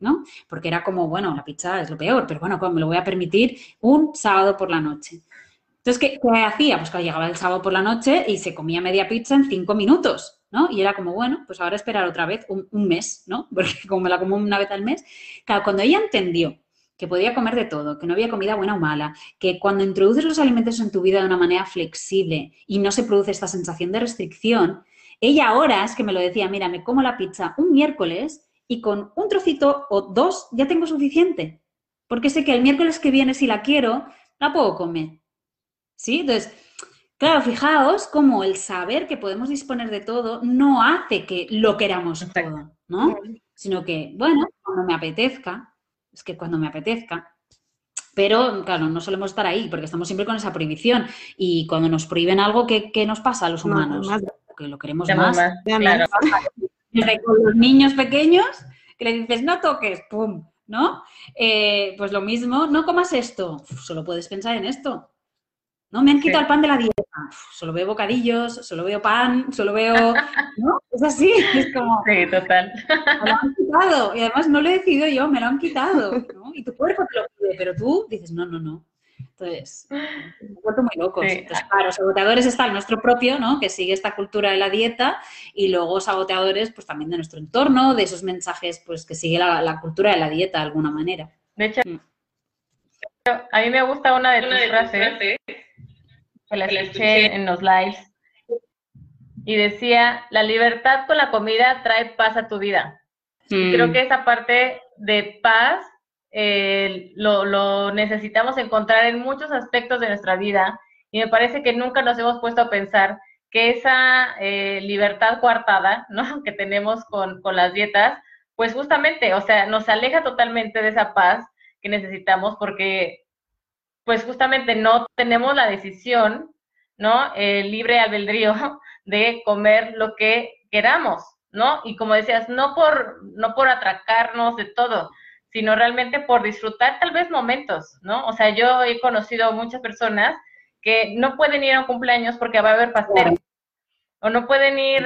¿no? Porque era como, bueno, la pizza es lo peor, pero bueno, me lo voy a permitir un sábado por la noche. Entonces, ¿qué hacía? Pues que llegaba el sábado por la noche y se comía media pizza en 5 minutos, ¿no? Y era como, bueno, pues ahora esperar otra vez un mes, ¿no? Porque como me la como una vez al mes. Claro, cuando ella entendió que podía comer de todo, que no había comida buena o mala, que cuando introduces los alimentos en tu vida de una manera flexible y no se produce esta sensación de restricción, ella ahora es que me lo decía, mira, me como la pizza un miércoles y con un trocito o 2 ya tengo suficiente, porque sé que el miércoles que viene, si la quiero, la puedo comer. ¿Sí? Entonces, claro, fijaos cómo el saber que podemos disponer de todo no hace que lo queramos todo, ¿no? Sino que, bueno, cuando me apetezca, es que cuando me apetezca, pero claro, no solemos estar ahí porque estamos siempre con esa prohibición y cuando nos prohíben algo, ¿qué nos pasa a los humanos? Que lo queremos más. Claro. Con los niños pequeños que le dices, no toques, ¡pum! ¿No? Pues lo mismo, no comas esto, solo puedes pensar en esto. No, me han quitado el pan de la dieta. Solo veo bocadillos, solo veo pan, solo veo... ¿No? Es así, es como... Sí, total. Me lo han quitado. Y además no lo he decidido yo, me lo han quitado, ¿no? Y tu cuerpo te lo pide, pero tú dices, no, no, no. Entonces, me he vuelto muy locos. Sí. Entonces, claro, saboteadores está el nuestro propio, ¿no? Que sigue esta cultura de la dieta y luego saboteadores, pues también de nuestro entorno, de esos mensajes, pues que sigue la cultura de la dieta de alguna manera. De hecho, a mí me gusta una de tus frases que la escuché en los lives y decía, la libertad con la comida trae paz a tu vida. Y creo que esa parte de paz lo necesitamos encontrar en muchos aspectos de nuestra vida y me parece que nunca nos hemos puesto a pensar que esa libertad coartada, ¿no? que tenemos con las dietas, pues justamente, o sea, nos aleja totalmente de esa paz que necesitamos porque pues justamente no tenemos la decisión, ¿no? El libre albedrío de comer lo que queramos, ¿no? Y como decías, no por atracarnos de todo, sino realmente por disfrutar tal vez momentos, ¿no? O sea, yo he conocido muchas personas que no pueden ir a un cumpleaños porque va a haber pastel. O no pueden ir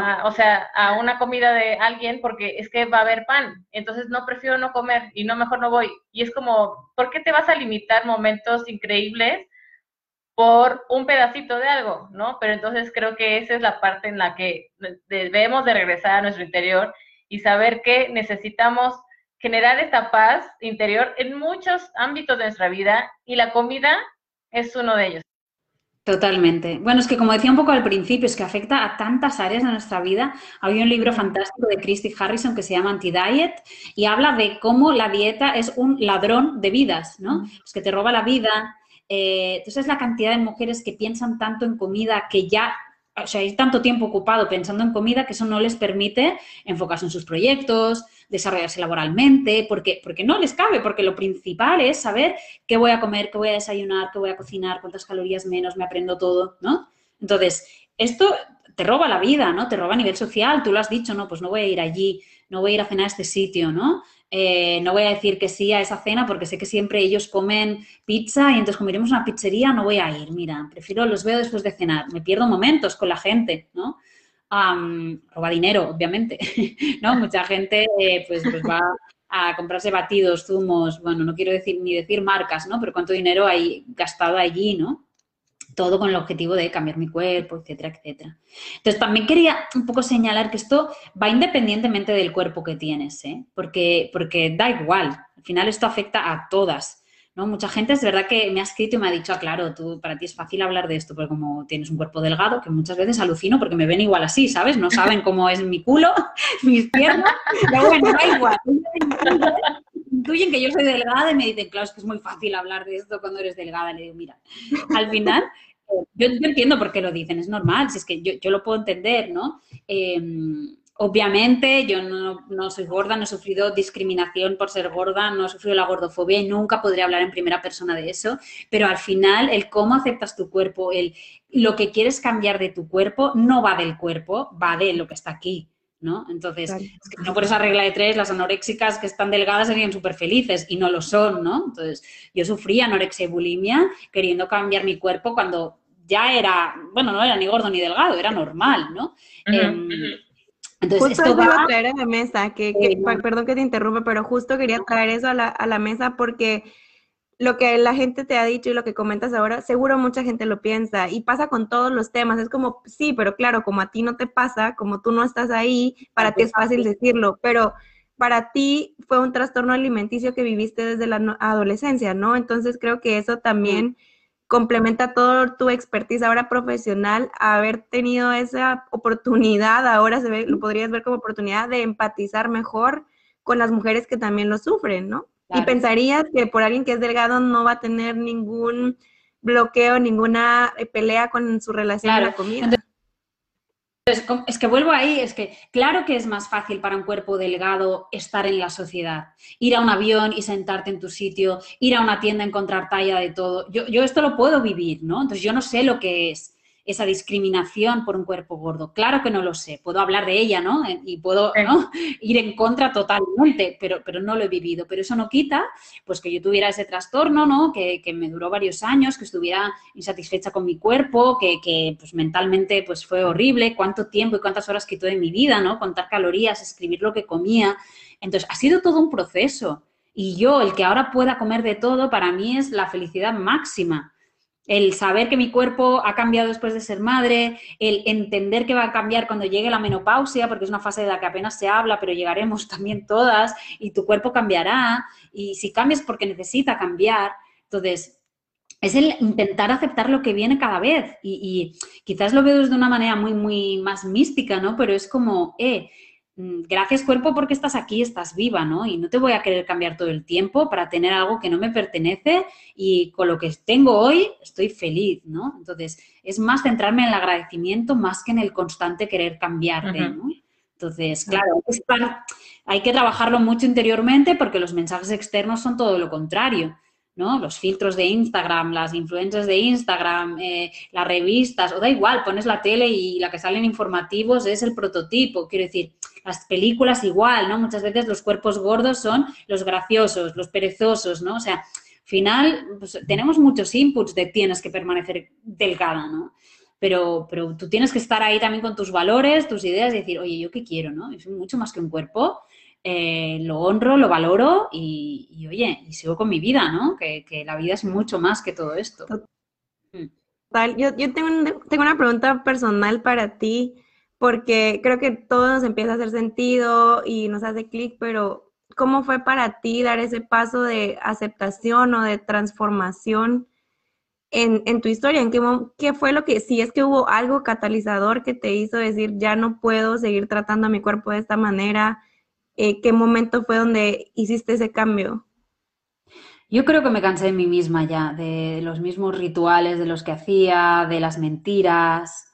a una comida de alguien porque es que va a haber pan. Entonces no, prefiero no comer y no, mejor no voy. Y es como, ¿por qué te vas a limitar momentos increíbles por un pedacito de algo, ¿no? Pero entonces creo que esa es la parte en la que debemos de regresar a nuestro interior y saber que necesitamos generar esta paz interior en muchos ámbitos de nuestra vida y la comida es uno de ellos. Totalmente. Bueno, es que como decía un poco al principio, es que afecta a tantas áreas de nuestra vida. Había un libro fantástico de Christy Harrison que se llama Anti-Diet y habla de cómo la dieta es un ladrón de vidas, ¿no? Pues que te roba la vida. Entonces, la cantidad de mujeres que piensan tanto en comida que ya, o sea, hay tanto tiempo ocupado pensando en comida que eso no les permite enfocarse en sus proyectos, desarrollarse laboralmente, porque no les cabe, porque lo principal es saber qué voy a comer, qué voy a desayunar, qué voy a cocinar, cuántas calorías menos, me aprendo todo, ¿no? Entonces, esto te roba la vida, ¿no? Te roba a nivel social, tú lo has dicho, ¿no? Pues no voy a ir allí, no voy a ir a cenar a este sitio, ¿no? No voy a decir que sí a esa cena porque sé que siempre ellos comen pizza y entonces como iremos a una pizzería no voy a ir, mira, los veo después de cenar, me pierdo momentos con la gente, ¿no? Roba dinero, obviamente, ¿no? Mucha gente pues va a comprarse batidos, zumos, bueno, no quiero decir marcas, ¿no? Pero cuánto dinero hay gastado allí, ¿no? Todo con el objetivo de cambiar mi cuerpo, etcétera, etcétera. Entonces, también quería un poco señalar que esto va independientemente del cuerpo que tienes, ¿eh? Porque da igual. Al final esto afecta a todas, ¿no? Mucha gente es verdad que me ha escrito y me ha dicho, claro, para ti es fácil hablar de esto, pero como tienes un cuerpo delgado, que muchas veces alucino porque me ven igual así, ¿sabes? No saben cómo es mi culo, mis piernas, pero bueno, da igual. Intuyen que yo soy delgada y me dicen, claro, es que es muy fácil hablar de esto cuando eres delgada. Le digo, mira, al final, yo entiendo por qué lo dicen, es normal, si es que yo lo puedo entender, ¿no? Obviamente, yo no soy gorda, no he sufrido discriminación por ser gorda, no he sufrido la gordofobia y nunca podré hablar en primera persona de eso, pero al final, el cómo aceptas tu cuerpo, lo que quieres cambiar de tu cuerpo, no va del cuerpo, va de lo que está aquí, ¿no? Entonces, claro, es que no por esa regla de 3, las anoréxicas que están delgadas serían súper felices y no lo son, ¿no? Entonces, yo sufrí anorexia y bulimia queriendo cambiar mi cuerpo cuando ya era, bueno, no era ni gordo ni delgado, era normal, ¿no? Entonces, Justo esto eso iba a va... traer a la mesa, no, perdón que te interrumpa, pero justo quería traer eso a la mesa porque lo que la gente te ha dicho y lo que comentas ahora, seguro mucha gente lo piensa y pasa con todos los temas. Es como, sí, pero claro, como a ti no te pasa, como tú no estás ahí, para ti es fácil decirlo, pero para ti fue un trastorno alimenticio que viviste desde la adolescencia, ¿no? Entonces creo que eso también complementa todo tu expertise ahora profesional, haber tenido esa oportunidad, ahora se ve, lo podrías ver como oportunidad de empatizar mejor con las mujeres que también lo sufren, ¿no? Y claro. pensarías que por alguien que es delgado no va a tener ningún bloqueo, ninguna pelea con su relación de Claro. la comida. Entonces, es que vuelvo ahí, es que claro que es más fácil para un cuerpo delgado estar en la sociedad, ir a un avión y sentarte en tu sitio, ir a una tienda, encontrar talla de todo. Yo esto lo puedo vivir, ¿no? Entonces yo no sé lo que es esa discriminación por un cuerpo gordo. Claro que no lo sé, puedo hablar de ella, ¿no? Y puedo, Sí. ¿no? Ir en contra totalmente, pero no lo he vivido. Pero eso no quita, pues que yo tuviera ese trastorno, ¿no? Que me duró varios años, que estuviera insatisfecha con mi cuerpo, que pues mentalmente pues fue horrible, cuánto tiempo y cuántas horas quitó de mi vida, ¿no? Contar calorías, escribir lo que comía. Entonces, ha sido todo un proceso. Y yo, el que ahora pueda comer de todo, para mí es la felicidad máxima. El saber que mi cuerpo ha cambiado después de ser madre, el entender que va a cambiar cuando llegue la menopausia, porque es una fase de la que apenas se habla, pero llegaremos también todas y tu cuerpo cambiará y si cambias porque necesita cambiar. Entonces, es el intentar aceptar lo que viene cada vez y quizás lo veo desde una manera muy más mística, ¿no? Pero es como, gracias cuerpo porque estás aquí, estás viva, ¿no? Y no te voy a querer cambiar todo el tiempo para tener algo que no me pertenece y con lo que tengo hoy estoy feliz, ¿no? Entonces, es más centrarme en el agradecimiento más que en el constante querer cambiarte, ¿no? Entonces, claro, hay que trabajarlo mucho interiormente porque los mensajes externos son todo lo contrario, ¿no? Los filtros de Instagram, las influencers de Instagram, las revistas, o da igual, pones la tele y la que salen informativos es el prototipo. Quiero decir, las películas igual, ¿no? Muchas veces los cuerpos gordos son los graciosos, los perezosos, ¿no? O sea, al final pues, tenemos muchos inputs de tienes que permanecer delgada, ¿no? Pero tú tienes que estar ahí también con tus valores, tus ideas y decir, oye, ¿yo qué quiero, no? Es mucho más que un cuerpo, lo honro, lo valoro oye, y sigo con mi vida, ¿no? Que la vida es mucho más que todo esto. Total, yo tengo una pregunta personal para ti, porque creo que todo nos empieza a hacer sentido y nos hace clic, pero ¿cómo fue para ti dar ese paso de aceptación o de transformación en tu historia? ¿Qué fue lo que, si es que hubo algo catalizador que te hizo decir, ya no puedo seguir tratando a mi cuerpo de esta manera? ¿Qué momento fue donde hiciste ese cambio? Yo creo que me cansé de mí misma ya, de los mismos rituales de los que hacía, de las mentiras.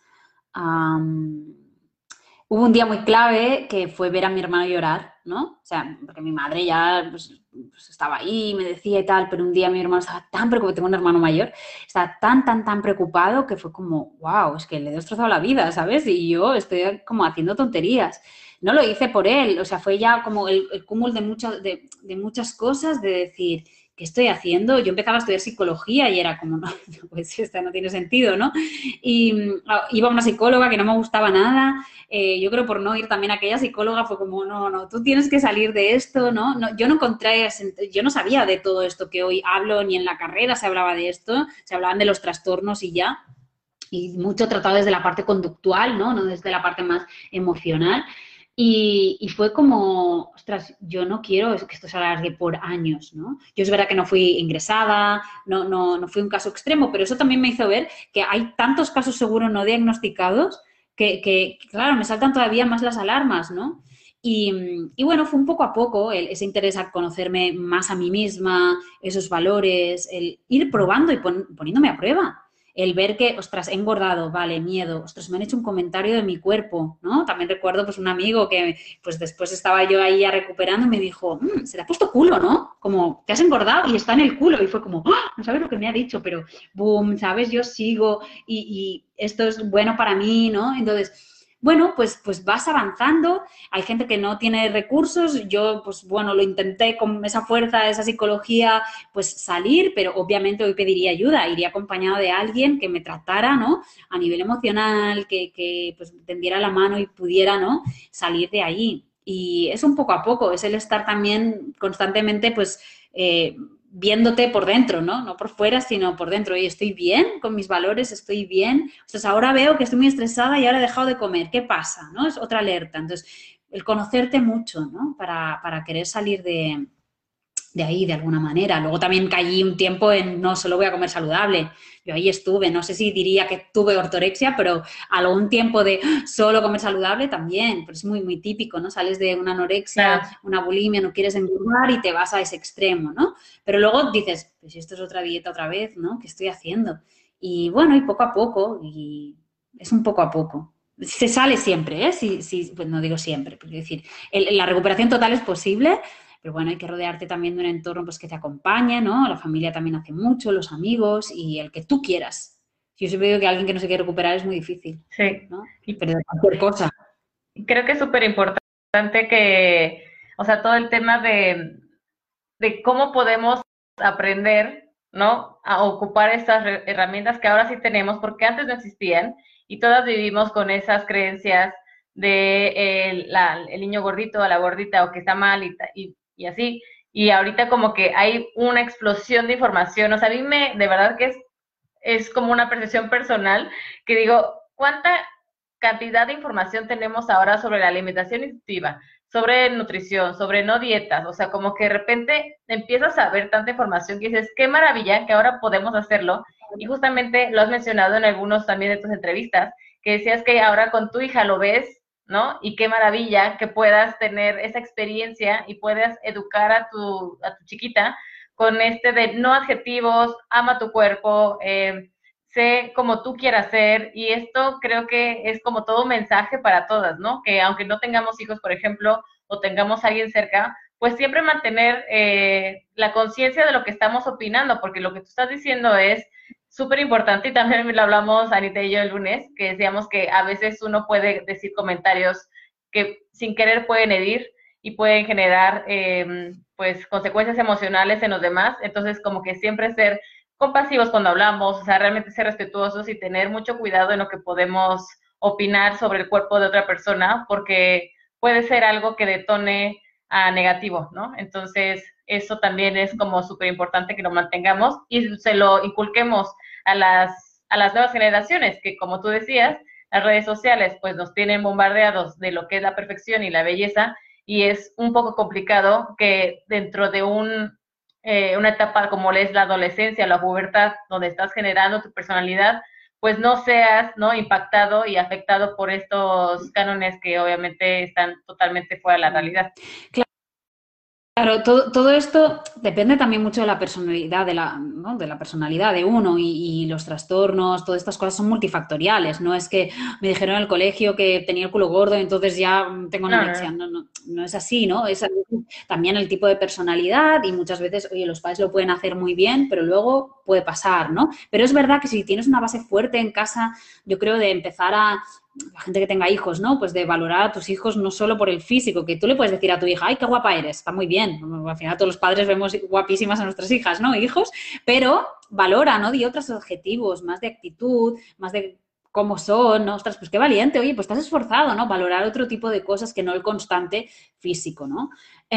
Am, Hubo un día muy clave que fue ver a mi hermano llorar, ¿no? O sea, porque mi madre ya pues estaba ahí, me decía y tal, pero un día mi hermano estaba tan preocupado, tengo un hermano mayor, estaba tan preocupado que fue como, wow, es que le he destrozado la vida, ¿sabes? Y yo estoy como haciendo tonterías. No lo hice por él, o sea, fue ya como el cúmulo de muchas cosas, de decir, ¿qué estoy haciendo? Yo empezaba a estudiar psicología y era como, no, pues esto no tiene sentido, ¿no? Y iba a una psicóloga que no me gustaba nada. Yo creo por no ir también a aquella psicóloga fue como, no, tú tienes que salir de esto, ¿no? Yo no encontré, yo no sabía de todo esto que hoy hablo, ni en la carrera se hablaba de esto, se hablaban de los trastornos y ya, y mucho tratado desde la parte conductual, ¿no? No desde la parte más emocional. Y fue como, ostras, yo no quiero que esto se alargue por años, ¿no? Yo es verdad que no fui ingresada, no fui un caso extremo, pero eso también me hizo ver que hay tantos casos seguros no diagnosticados claro, me saltan todavía más las alarmas, ¿no? Y bueno, fue un poco a poco ese interés a conocerme más a mí misma, esos valores, el ir probando y poniéndome a prueba. El ver que, ostras, he engordado, vale, miedo, ostras, me han hecho un comentario de mi cuerpo, ¿no? También recuerdo pues un amigo que pues después estaba yo ahí ya recuperando y me dijo, se te ha puesto culo, ¿no? Como, te has engordado y está en el culo. Y fue como, ¡oh! No sabes lo que me ha dicho, pero boom, ¿sabes? Yo sigo y esto es bueno para mí, ¿no? Entonces, bueno, pues vas avanzando. Hay gente que no tiene recursos. Yo, pues bueno, lo intenté con esa fuerza, esa psicología, pues salir, pero obviamente hoy pediría ayuda. Iría acompañada de alguien que me tratara, ¿no? A nivel emocional, que pues tendiera la mano y pudiera, ¿no? Salir de ahí. Y es un poco a poco, es el estar también constantemente, pues, viéndote por dentro, ¿no? No por fuera, sino por dentro. Oye, estoy bien con mis valores, estoy bien. Entonces, ahora veo que estoy muy estresada y ahora he dejado de comer. ¿Qué pasa? ¿No? Es otra alerta. Entonces, el conocerte mucho, ¿no? Para querer salir de ahí de alguna manera. Luego también caí un tiempo en no solo voy a comer saludable. Yo ahí estuve, no sé si diría que tuve ortorexia, pero algún tiempo de solo comer saludable también, pero es muy, muy típico, ¿no? Sales de una anorexia, Claro. una bulimia, no quieres engordar y te vas a ese extremo, ¿no? Pero luego dices, pues esto es otra dieta otra vez, ¿no? ¿Qué estoy haciendo? Y bueno, y poco a poco, y es un poco a poco. Se sale siempre, ¿eh? Sí, pues no digo siempre, pero decir, la recuperación total es posible, pero bueno, hay que rodearte también de un entorno pues, que te acompañe, ¿no? La familia también hace mucho, los amigos y el que tú quieras. Yo siempre digo que alguien que no se quiere recuperar es muy difícil, Sí. ¿no? Y Pero de cualquier cosa. creo que es súper importante que, o sea, todo el tema de cómo podemos aprender, ¿no? A ocupar estas herramientas que ahora sí tenemos, porque antes no existían y todas vivimos con esas creencias de el niño gordito o la gordita o que está mal y así. Y ahorita como que hay una explosión de información. O sea, a mí de verdad que es como una percepción personal que digo, ¿cuánta cantidad de información tenemos ahora sobre la alimentación intuitiva, sobre nutrición, sobre no dietas? O sea, como que de repente empiezas a ver tanta información que dices, qué maravilla que ahora podemos hacerlo. Y justamente lo has mencionado en algunos también de tus entrevistas, que decías que ahora con tu hija lo ves, ¿no? Y qué maravilla que puedas tener esa experiencia y puedas educar a tu chiquita con este de no adjetivos, ama tu cuerpo, sé como tú quieras ser, y esto creo que es como todo un mensaje para todas, ¿no? Que aunque no tengamos hijos, por ejemplo, o tengamos a alguien cerca, pues siempre mantener la conciencia de lo que estamos opinando, porque lo que tú estás diciendo es súper importante y también lo hablamos Anita y yo el lunes, que decíamos que a veces uno puede decir comentarios que sin querer pueden herir y pueden generar pues consecuencias emocionales en los demás, entonces como que siempre ser compasivos cuando hablamos, o sea, realmente ser respetuosos y tener mucho cuidado en lo que podemos opinar sobre el cuerpo de otra persona, porque puede ser algo que detone a negativo, ¿no? Entonces, eso también es como súper importante que lo mantengamos y se lo inculquemos a las nuevas generaciones, que como tú decías, las redes sociales pues nos tienen bombardeados de lo que es la perfección y la belleza, y es un poco complicado que dentro de una etapa como es la adolescencia, la pubertad, donde estás generando tu personalidad, pues no seas, ¿no?, impactado y afectado por estos cánones que obviamente están totalmente fuera de la realidad. Claro, todo esto depende también mucho de la personalidad ¿no? De la personalidad de uno y los trastornos, todas estas cosas son multifactoriales. No es que me dijeron en el colegio que tenía el culo gordo y entonces ya tengo No, anorexia. no, No es así, ¿no? Es también el tipo de personalidad y muchas veces, oye, los padres lo pueden hacer muy bien, pero luego puede pasar, ¿no? Pero es verdad que si tienes una base fuerte en casa, yo creo de empezar la gente que tenga hijos, ¿no? Pues de valorar a tus hijos no solo por el físico, que tú le puedes decir a tu hija, ay, qué guapa eres, está muy bien. Al final todos los padres vemos guapísimas a nuestras hijas, ¿no? Hijos, pero valora, ¿no? Di otros objetivos, más de actitud, más de cómo son, ¿no? Ostras, pues qué valiente, oye, pues te has esforzado, ¿no? Valorar otro tipo de cosas que no el constante físico, ¿no?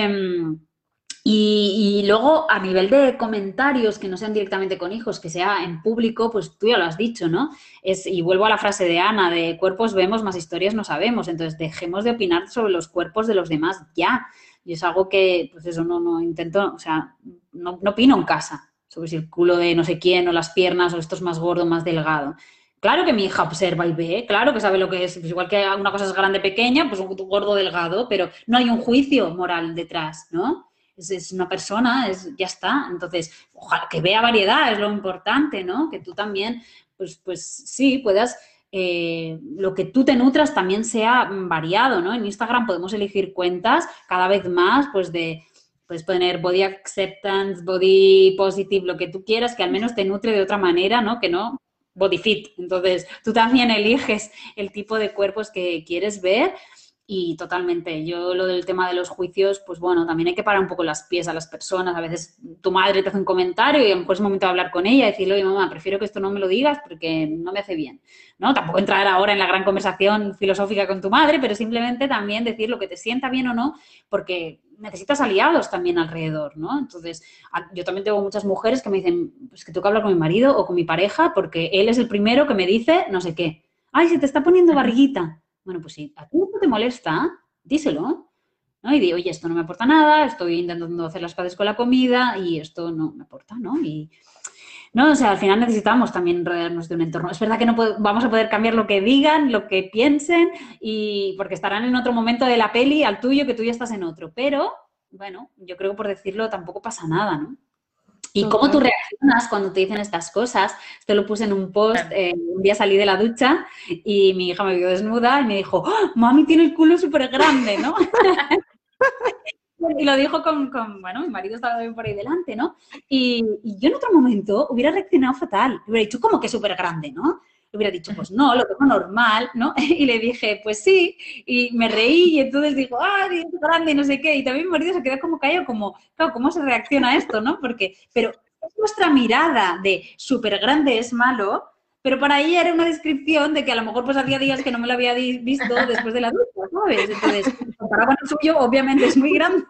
Y luego, a nivel de comentarios que no sean directamente con hijos, que sea en público, pues tú ya lo has dicho, ¿no? Y vuelvo a la frase de Ana, de cuerpos vemos, más historias no sabemos. Entonces, dejemos de opinar sobre los cuerpos de los demás ya. Y es algo que, pues eso, no intento, o sea, no opino en casa sobre si el culo de no sé quién o las piernas o esto es más gordo, más delgado. Claro que mi hija observa y ve, claro que sabe lo que es. Pues igual que una cosa es grande, pequeña, pues un gordo, delgado, pero no hay un juicio moral detrás, ¿no? Es una persona, ya está. Entonces, ojalá que vea variedad, es lo importante, ¿no? Que tú también, pues sí, puedas, lo que tú te nutras también sea variado, ¿no? En Instagram podemos elegir cuentas cada vez más, puedes poner body acceptance, body positive, lo que tú quieras, que al menos te nutre de otra manera, ¿no? Que no body fit. Entonces, tú también eliges el tipo de cuerpos que quieres ver. Y totalmente, yo lo del tema de los juicios, pues bueno, también hay que parar un poco las pies a las personas. A veces tu madre te hace un comentario y a lo mejor es momento de hablar con ella y decirle, oye, mamá, prefiero que esto no me lo digas porque no me hace bien, ¿no? Tampoco entrar ahora en la gran conversación filosófica con tu madre, pero simplemente también decir lo que te sienta bien o no, porque necesitas aliados también alrededor, ¿no? Entonces, yo también tengo muchas mujeres que me dicen, pues que tengo que hablar con mi marido o con mi pareja porque él es el primero que me dice no sé qué. Ay, se te está poniendo barriguita. Bueno, pues si a ti no te molesta, díselo, ¿no? Y di, oye, esto no me aporta nada, estoy intentando hacer las paces con la comida y esto no me aporta, ¿no? Y, no, o sea, al final necesitamos también rodearnos de un entorno. Es verdad que no vamos a poder cambiar lo que digan, lo que piensen, y porque estarán en otro momento de la peli al tuyo, que tú ya estás en otro. Pero, bueno, yo creo que por decirlo tampoco pasa nada, ¿no? ¿Y cómo tú reaccionas cuando te dicen estas cosas? Esto lo puse en un post, un día salí de la ducha y mi hija me vio desnuda y me dijo, ¡oh, mami tiene el culo súper grande!, ¿no? Y lo dijo bueno, mi marido estaba también por ahí delante, ¿no? Y yo en otro momento hubiera reaccionado fatal. Hubiera dicho, ¿cómo que súper grande, no? Le hubiera dicho, pues no, lo tengo normal, ¿no? Y le dije, pues sí, y me reí y entonces dijo, ¡ay, es grande! Y no sé qué. Y también mi marido se quedó como callado, como, claro, ¿cómo se reacciona a esto, no? Pero es nuestra mirada de súper grande es malo, pero para ella era una descripción de que a lo mejor pues había días que no me lo había visto después de la ducha, ¿sabes? Entonces, comparado con el suyo, obviamente es muy grande.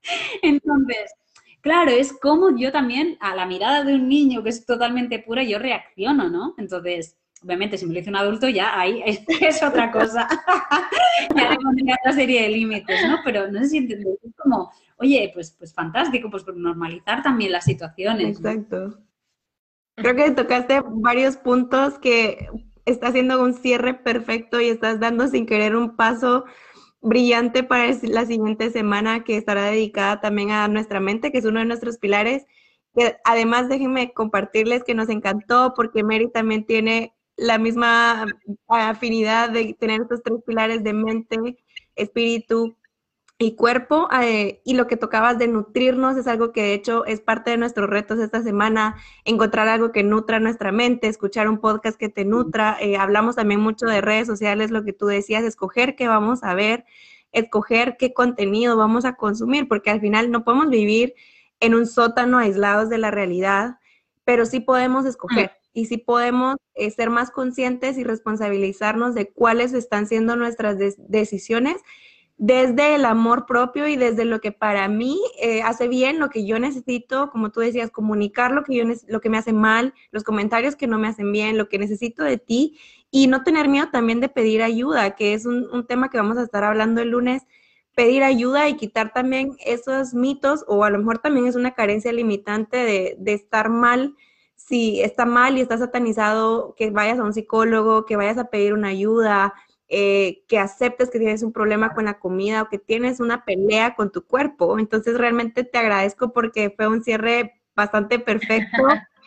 Entonces, claro, es como yo también, a la mirada de un niño que es totalmente pura, yo reacciono, ¿no? Entonces, obviamente, si me lo dice un adulto, ya ahí es otra cosa. Ya le pondría otra serie de límites, ¿no? Pero no sé si entendéis, es como, oye, pues fantástico, pues normalizar también las situaciones, ¿no? Exacto. Creo que tocaste varios puntos que está haciendo un cierre perfecto y estás dando sin querer un paso brillante para la siguiente semana que estará dedicada también a nuestra mente, que es uno de nuestros pilares. Que además, déjenme compartirles que nos encantó porque Mary también tiene la misma afinidad de tener estos tres pilares de mente, espíritu y cuerpo, y lo que tocabas de nutrirnos es algo que de hecho es parte de nuestros retos esta semana, encontrar algo que nutra nuestra mente, escuchar un podcast que te nutra, hablamos también mucho de redes sociales, lo que tú decías, escoger qué vamos a ver, escoger qué contenido vamos a consumir, porque al final no podemos vivir en un sótano aislados de la realidad, pero sí podemos escoger. Y sí podemos ser más conscientes y responsabilizarnos de cuáles están siendo nuestras decisiones desde el amor propio y desde lo que para mí hace bien, lo que yo necesito, como tú decías, comunicar lo que me hace mal, los comentarios que no me hacen bien, lo que necesito de ti y no tener miedo también de pedir ayuda, que es un tema que vamos a estar hablando el lunes, pedir ayuda y quitar también esos mitos o a lo mejor también es una carencia limitante de estar mal. Si está mal y está satanizado, que vayas a un psicólogo, que vayas a pedir una ayuda, que aceptes que tienes un problema con la comida o que tienes una pelea con tu cuerpo. Entonces realmente te agradezco porque fue un cierre bastante perfecto.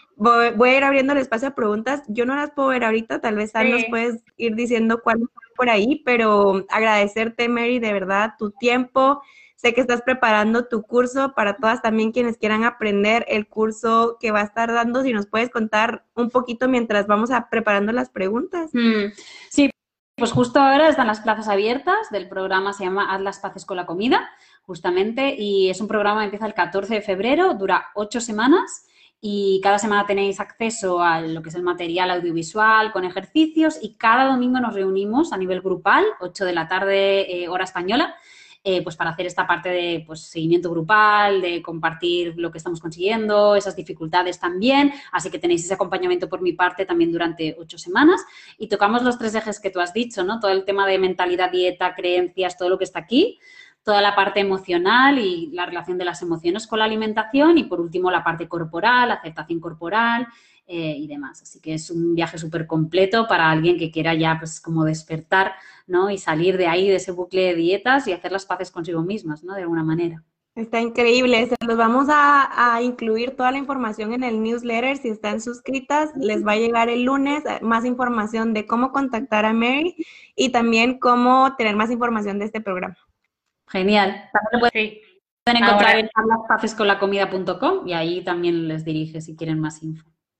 Voy a ir abriendo el espacio a preguntas. Yo no las puedo ver ahorita, tal vez nos puedes ir diciendo cuáles están por ahí, pero agradecerte, Mary, de verdad, tu tiempo. Sé que estás preparando tu curso para todas también quienes quieran aprender el curso que va a estar dando. Si nos puedes contar un poquito mientras vamos preparando las preguntas. Sí, pues justo ahora están las plazas abiertas del programa, se llama Haz las paces con la comida, justamente, y es un programa que empieza el 14 de febrero, dura 8 semanas y cada semana tenéis acceso a lo que es el material audiovisual con ejercicios y cada domingo nos reunimos a nivel grupal, 8 de la tarde, hora española, pues para hacer esta parte de pues, seguimiento grupal, de compartir lo que estamos consiguiendo, esas dificultades también. Así que tenéis ese acompañamiento por mi parte también durante 8 semanas. Y tocamos los 3 ejes que tú has dicho, ¿no? Todo el tema de mentalidad, dieta, creencias, todo lo que está aquí. Toda la parte emocional y la relación de las emociones con la alimentación. Y por último, la parte corporal, aceptación corporal y demás. Así que es un viaje súper completo para alguien que quiera ya pues como despertar, ¿no? Y salir de ahí, de ese bucle de dietas y hacer las paces consigo mismas, ¿no? De alguna manera. Está increíble. Se los vamos a incluir toda la información en el newsletter. Si están suscritas, les va a llegar el lunes más información de cómo contactar a Mary y también cómo tener más información de este programa. Genial. También lo pueden encontrar en haslaspacesconlacomida.com y ahí también les dirige si quieren más info.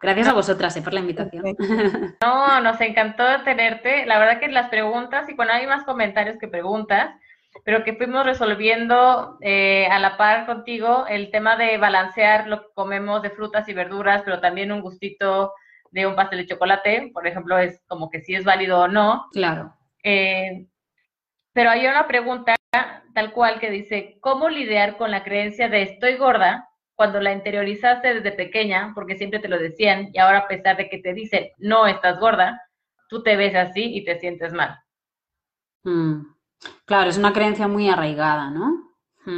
Gracias a vosotras por la invitación. No, nos encantó tenerte. La verdad que las preguntas, y bueno, hay más comentarios que preguntas, pero que fuimos resolviendo a la par contigo el tema de balancear lo que comemos de frutas y verduras, pero también un gustito de un pastel de chocolate, por ejemplo, es como que si es válido o no. Claro. Pero hay una pregunta tal cual que dice, ¿cómo lidiar con la creencia de estoy gorda cuando la interiorizaste desde pequeña, porque siempre te lo decían, y ahora a pesar de que te dicen no estás gorda, tú te ves así y te sientes mal? Claro, es una creencia muy arraigada, ¿no?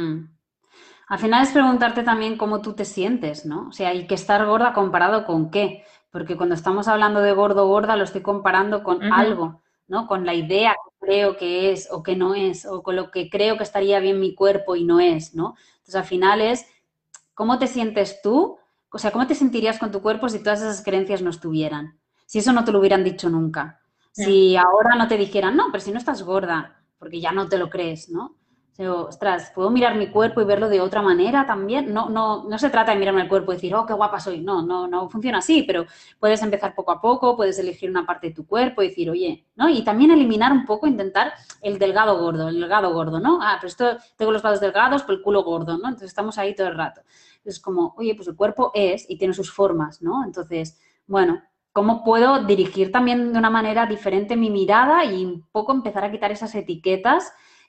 Al final es preguntarte también cómo tú te sientes, ¿no? O sea, y que estar gorda comparado con qué. Porque cuando estamos hablando de gordo o gorda lo estoy comparando con algo, ¿no? Con la idea que creo que es o que no es, o con lo que creo que estaría bien mi cuerpo y no es, ¿no? Entonces al final es cómo te sientes tú, o sea, cómo te sentirías con tu cuerpo si todas esas creencias no estuvieran. Si eso no te lo hubieran dicho nunca. Si ahora no te dijeran, no, pero si no estás gorda, porque ya no te lo crees, ¿no? O sea, ostras, ¿puedo mirar mi cuerpo y verlo de otra manera también? No se trata de mirarme el cuerpo y decir, oh, qué guapa soy. No funciona así, pero puedes empezar poco a poco, puedes elegir una parte de tu cuerpo y decir, oye, ¿no? Y también eliminar un poco, intentar el delgado gordo, ¿no? Ah, pero esto tengo los lados delgados, pero el culo gordo, ¿no? Entonces estamos ahí todo el rato. Es como, oye, pues el cuerpo es y tiene sus formas, ¿no? Entonces, bueno, ¿cómo puedo dirigir también de una manera diferente mi mirada y un poco empezar a quitar esas etiquetas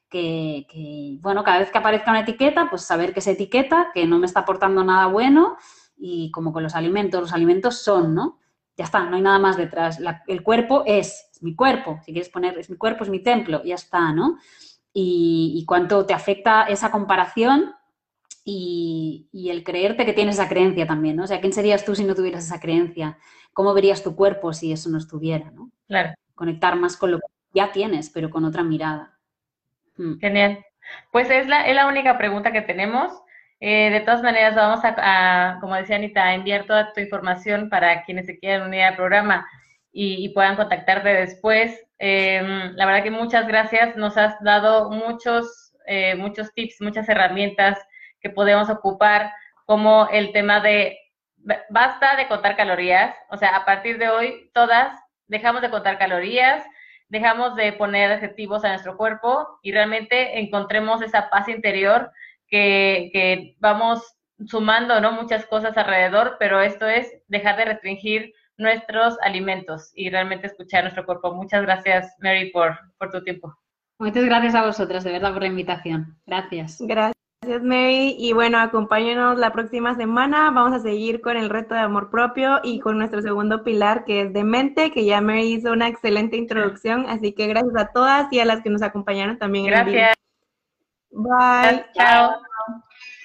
bueno, cada vez que aparezca una etiqueta, pues saber que es etiqueta, que no me está aportando nada bueno y como con los alimentos son, ¿no? Ya está, no hay nada más detrás. El cuerpo es mi cuerpo, si quieres poner, es mi cuerpo, es mi templo, ya está, ¿no? Y cuánto te afecta esa comparación y el creerte que tienes esa creencia también, ¿no? O sea, ¿quién serías tú si no tuvieras esa creencia? ¿Cómo verías tu cuerpo si eso no estuviera, ¿no? Claro. Conectar más con lo que ya tienes, pero con otra mirada. Genial. Pues es la única pregunta que tenemos. De todas maneras, vamos como decía Anita, a enviar toda tu información para quienes se quieran unir al programa y puedan contactarte después. La verdad que muchas gracias. Nos has dado muchos tips, muchas herramientas que podemos ocupar, como el tema de basta de contar calorías. O sea, a partir de hoy, todas dejamos de contar calorías, dejamos de poner adjetivos a nuestro cuerpo y realmente encontremos esa paz interior que vamos sumando, ¿no? Muchas cosas alrededor, pero esto es dejar de restringir nuestros alimentos y realmente escuchar nuestro cuerpo. Muchas gracias, Mary, por tu tiempo. Muchas gracias a vosotras, de verdad, por la invitación. Gracias. Gracias, Mary. Y bueno, acompáñenos la próxima semana. Vamos a seguir con el reto de amor propio y con nuestro segundo pilar, que es de mente, que ya Mary hizo una excelente introducción. Así que gracias a todas y a las que nos acompañaron también. Gracias. En vivo. Bye. Chao.